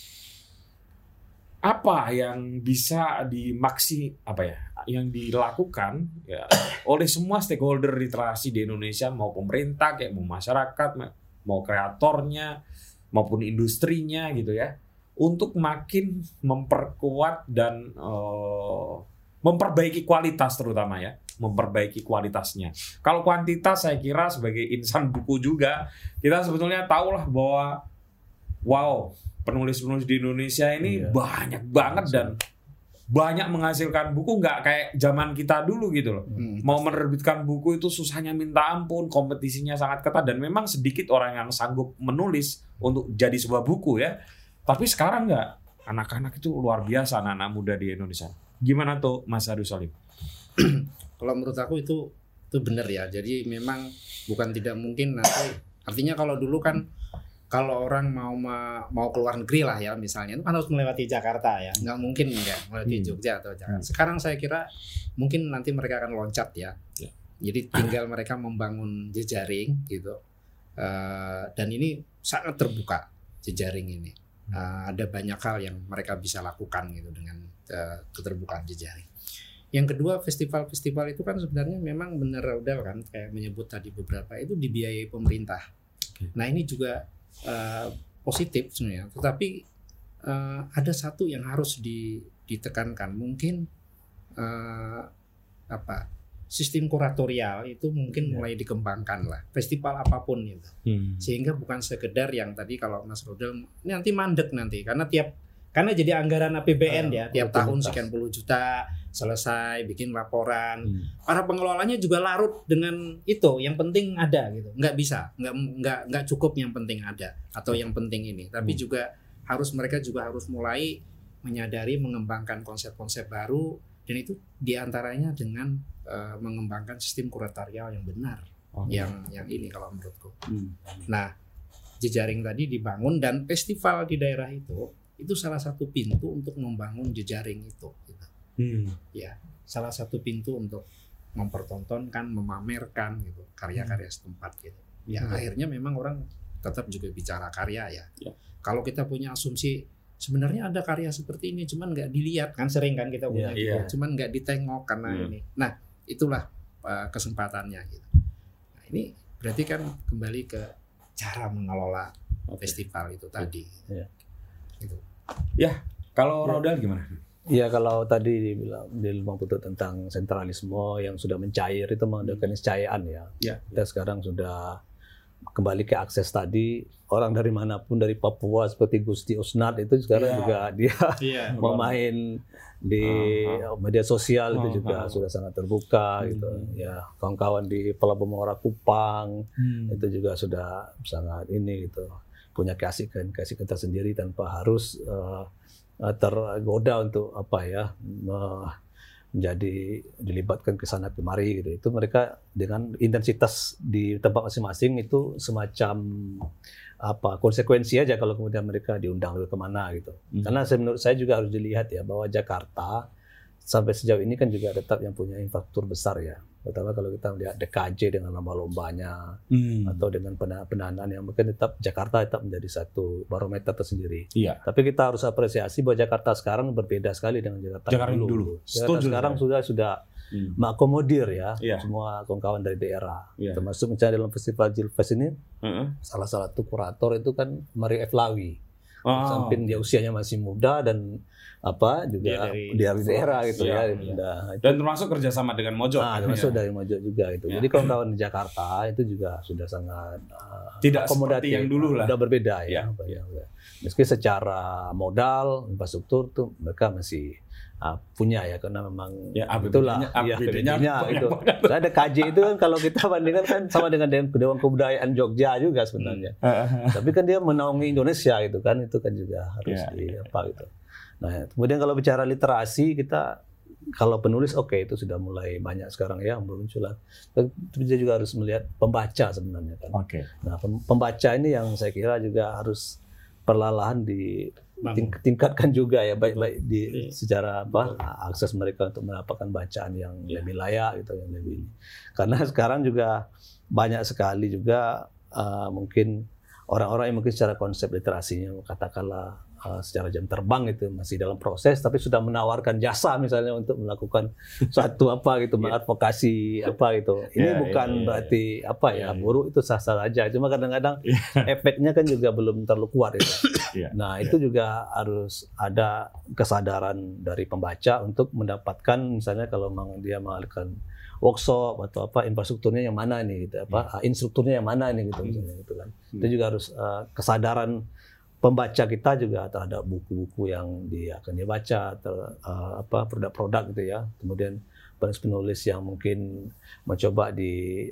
[SPEAKER 1] apa yang bisa yang dilakukan ya oleh semua stakeholder literasi di Indonesia, mau pemerintah kayak mau masyarakat, mau kreatornya maupun industrinya gitu ya, untuk makin memperkuat dan memperbaiki kualitas, terutama ya memperbaiki kualitasnya. Kalau kuantitas saya kira sebagai insan buku juga kita sebetulnya tahulah bahwa penulis-penulis di Indonesia ini banyak banget dan banyak menghasilkan buku, nggak kayak zaman kita dulu gitu loh. Mau menerbitkan buku itu susahnya minta ampun, kompetisinya sangat ketat dan memang sedikit orang yang sanggup menulis untuk jadi sebuah buku ya. Tapi sekarang nggak, anak-anak itu luar biasa, anak-anak muda di Indonesia. Gimana tuh Mas Hairul Salim?
[SPEAKER 2] Kalau menurut aku itu benar ya. Jadi memang bukan tidak mungkin nanti. Artinya kalau dulu kan kalau orang mau keluar negeri lah ya misalnya, itu kan harus melewati Jakarta ya, nggak mungkin nggak melewati Jogja atau Jakarta. Sekarang saya kira mungkin nanti mereka akan loncat ya. Jadi tinggal mereka membangun jejaring gitu, dan ini sangat terbuka jejaring ini. Ada banyak hal yang mereka bisa lakukan gitu dengan keterbukaan jejaring. Yang kedua, festival-festival itu kan sebenarnya memang benar Raudal kan kayak menyebut tadi beberapa itu dibiayai pemerintah. Nah ini juga positif sebenarnya. Tetapi ada satu yang harus ditekankan, mungkin sistem kuratorial itu mungkin mulai dikembangkan lah. Festival apapun itu, sehingga bukan sekedar yang tadi kalau Mas Raudal ini nanti mandek nanti karena jadi anggaran APBN tiap tahun sekian puluh juta selesai bikin laporan. Para pengelolanya juga larut dengan itu. Yang penting ada gitu. Nggak bisa, nggak cukup yang penting ada atau yang penting ini. Tapi juga mereka juga harus mulai menyadari mengembangkan konsep-konsep baru dan itu diantaranya dengan mengembangkan sistem kuratorial yang benar. Yang ini kalau menurutku. Nah, jejaring tadi dibangun dan festival di daerah itu salah satu pintu untuk membangun jejaring itu gitu. Ya, salah satu pintu untuk mempertontonkan, memamerkan gitu karya-karya setempat gitu. Ya, akhirnya memang orang tetap juga bicara karya ya. Kalau kita punya asumsi sebenarnya ada karya seperti ini cuman nggak dilihat kan, sering kan kita punya cuman nggak ditengok karena ini. Nah, itulah kesempatannya gitu. Nah, ini berarti kan kembali ke cara mengelola festival itu tadi. Gitu.
[SPEAKER 1] Ya, kalau Raudal gimana?
[SPEAKER 3] Ya, kalau tadi dibilang Putu tentang sentralisme yang sudah mencair itu menunjukkan keniscayaan ya. Kita sekarang sudah kembali ke akses tadi, orang dari manapun, dari Papua seperti Gusti Usnat itu sekarang juga dia memain di media sosial itu juga sudah sangat terbuka gitu. Ya, kawan-kawan di Pelabuhan Muara Kupang itu juga sudah sangat ini gitu, punya keasikan tersendiri tanpa harus tergoda untuk menjadi dilibatkan ke sana kemari gitu. Itu mereka dengan intensitas di tempat masing-masing itu semacam konsekuensi aja kalau kemudian mereka diundang ke kemana gitu. Karena menurut saya juga harus dilihat ya bahwa Jakarta sampai sejauh ini kan juga tetap yang punya infrastruktur besar ya. Pertama kalau kita melihat DKJ dengan lomba-lombanya atau dengan pendanaan yang mungkin Jakarta tetap menjadi satu barometer tersendiri. Tapi kita harus apresiasi bahwa Jakarta sekarang berbeda sekali dengan Jakarta dulu. Jakarta sekarang sudah mengakomodir ya semua kawan-kawan dari daerah. Termasuk misalnya dalam festival Jilfest ini salah satu kurator itu kan Mario Eflawi. Samping dia usianya masih muda dan juga dari daerah gitu ya.
[SPEAKER 1] Dan termasuk kerjasama dengan Mojok.
[SPEAKER 3] Termasuk dari Mojok juga itu. Jadi kawan-kawan di Jakarta itu juga sudah sangat
[SPEAKER 1] tidak seperti yang dulu lah.
[SPEAKER 3] Sudah berbeda ya. Meski secara modal, infrastruktur tuh mereka masih punya ya, karena memang itulah bedanya itu. Saya ada KJ itu kan kalau kita bandingkan kan sama dengan Dewan Kebudayaan Jogja juga sebenarnya. Tapi kan dia menaungi Indonesia gitu kan, itu kan juga harus gitu. Nah, kemudian kalau bicara literasi kita kalau penulis itu sudah mulai banyak sekarang ya bermunculan. Tapi dia juga harus melihat pembaca sebenarnya kan. Nah, pembaca ini yang saya kira juga harus perlahan ditingkatkan juga ya, baik di secara akses mereka untuk mendapatkan bacaan yang lebih layak gitu, yang lebih. Karena sekarang juga banyak sekali juga mungkin orang-orang yang mungkin secara konsep literasinya katakanlah secara jam terbang itu masih dalam proses, tapi sudah menawarkan jasa misalnya untuk melakukan suatu mengadvokasi gitu. Ini bukan berarti buruk, itu sah-sah saja. Cuma kadang-kadang efeknya kan juga belum terlalu kuat itu. Nah, itu juga harus ada kesadaran dari pembaca untuk mendapatkan misalnya kalau memang dia melakukan workshop atau infrastrukturnya yang mana nih gitu, instrukturnya yang mana nih gitu misalnya gitu kan. Itu juga harus kesadaran pembaca kita juga terhadap buku-buku yang akan dibaca atau produk-produk gitu ya. Kemudian penulis yang mungkin mencoba di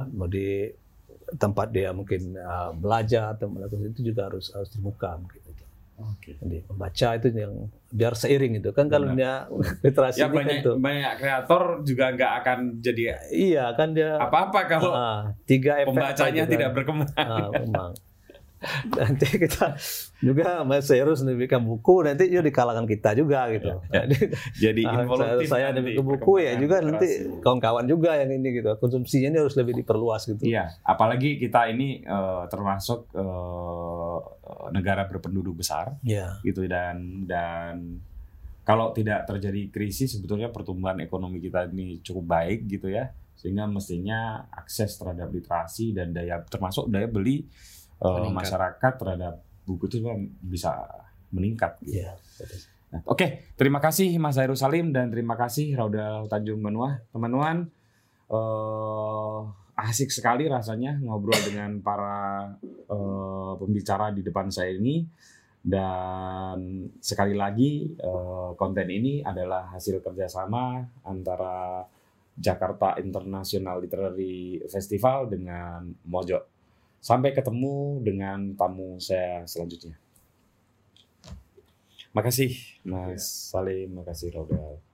[SPEAKER 3] tempat dia mungkin belajar atau melakukan itu juga harus terbuka gitu. Jadi pembaca itu yang biar seiring itu kan. Kalau dia literasi
[SPEAKER 1] ya, banyak kreator juga nggak akan jadi
[SPEAKER 3] kan dia
[SPEAKER 1] apa-apa kalau pembacanya tidak berkembang.
[SPEAKER 3] Nanti kita juga Mas Heru menerbitkan buku, nanti di kalangan kita juga gitu.
[SPEAKER 1] Jadi involutif.
[SPEAKER 3] Saya menerbitkan buku ya juga nanti kawan-kawan juga yang ini gitu. Konsumsinya ini harus lebih diperluas gitu.
[SPEAKER 1] Iya, apalagi kita ini termasuk negara berpenduduk besar, gitu dan kalau tidak terjadi krisis sebetulnya pertumbuhan ekonomi kita ini cukup baik gitu ya, sehingga mestinya akses terhadap literasi dan termasuk daya beli masyarakat terhadap buku itu bisa meningkat gitu.
[SPEAKER 3] Ya,
[SPEAKER 1] Nah, Oke, terima kasih Mas Hairul Salim dan terima kasih Raudal Tanjung Benua. Teman-teman, asik sekali rasanya ngobrol dengan para pembicara di depan saya ini. Dan sekali lagi konten ini adalah hasil kerjasama antara Jakarta International Literary Festival dengan Mojok. Sampai ketemu dengan tamu saya selanjutnya. Makasih Mas Salim, makasih Raudal.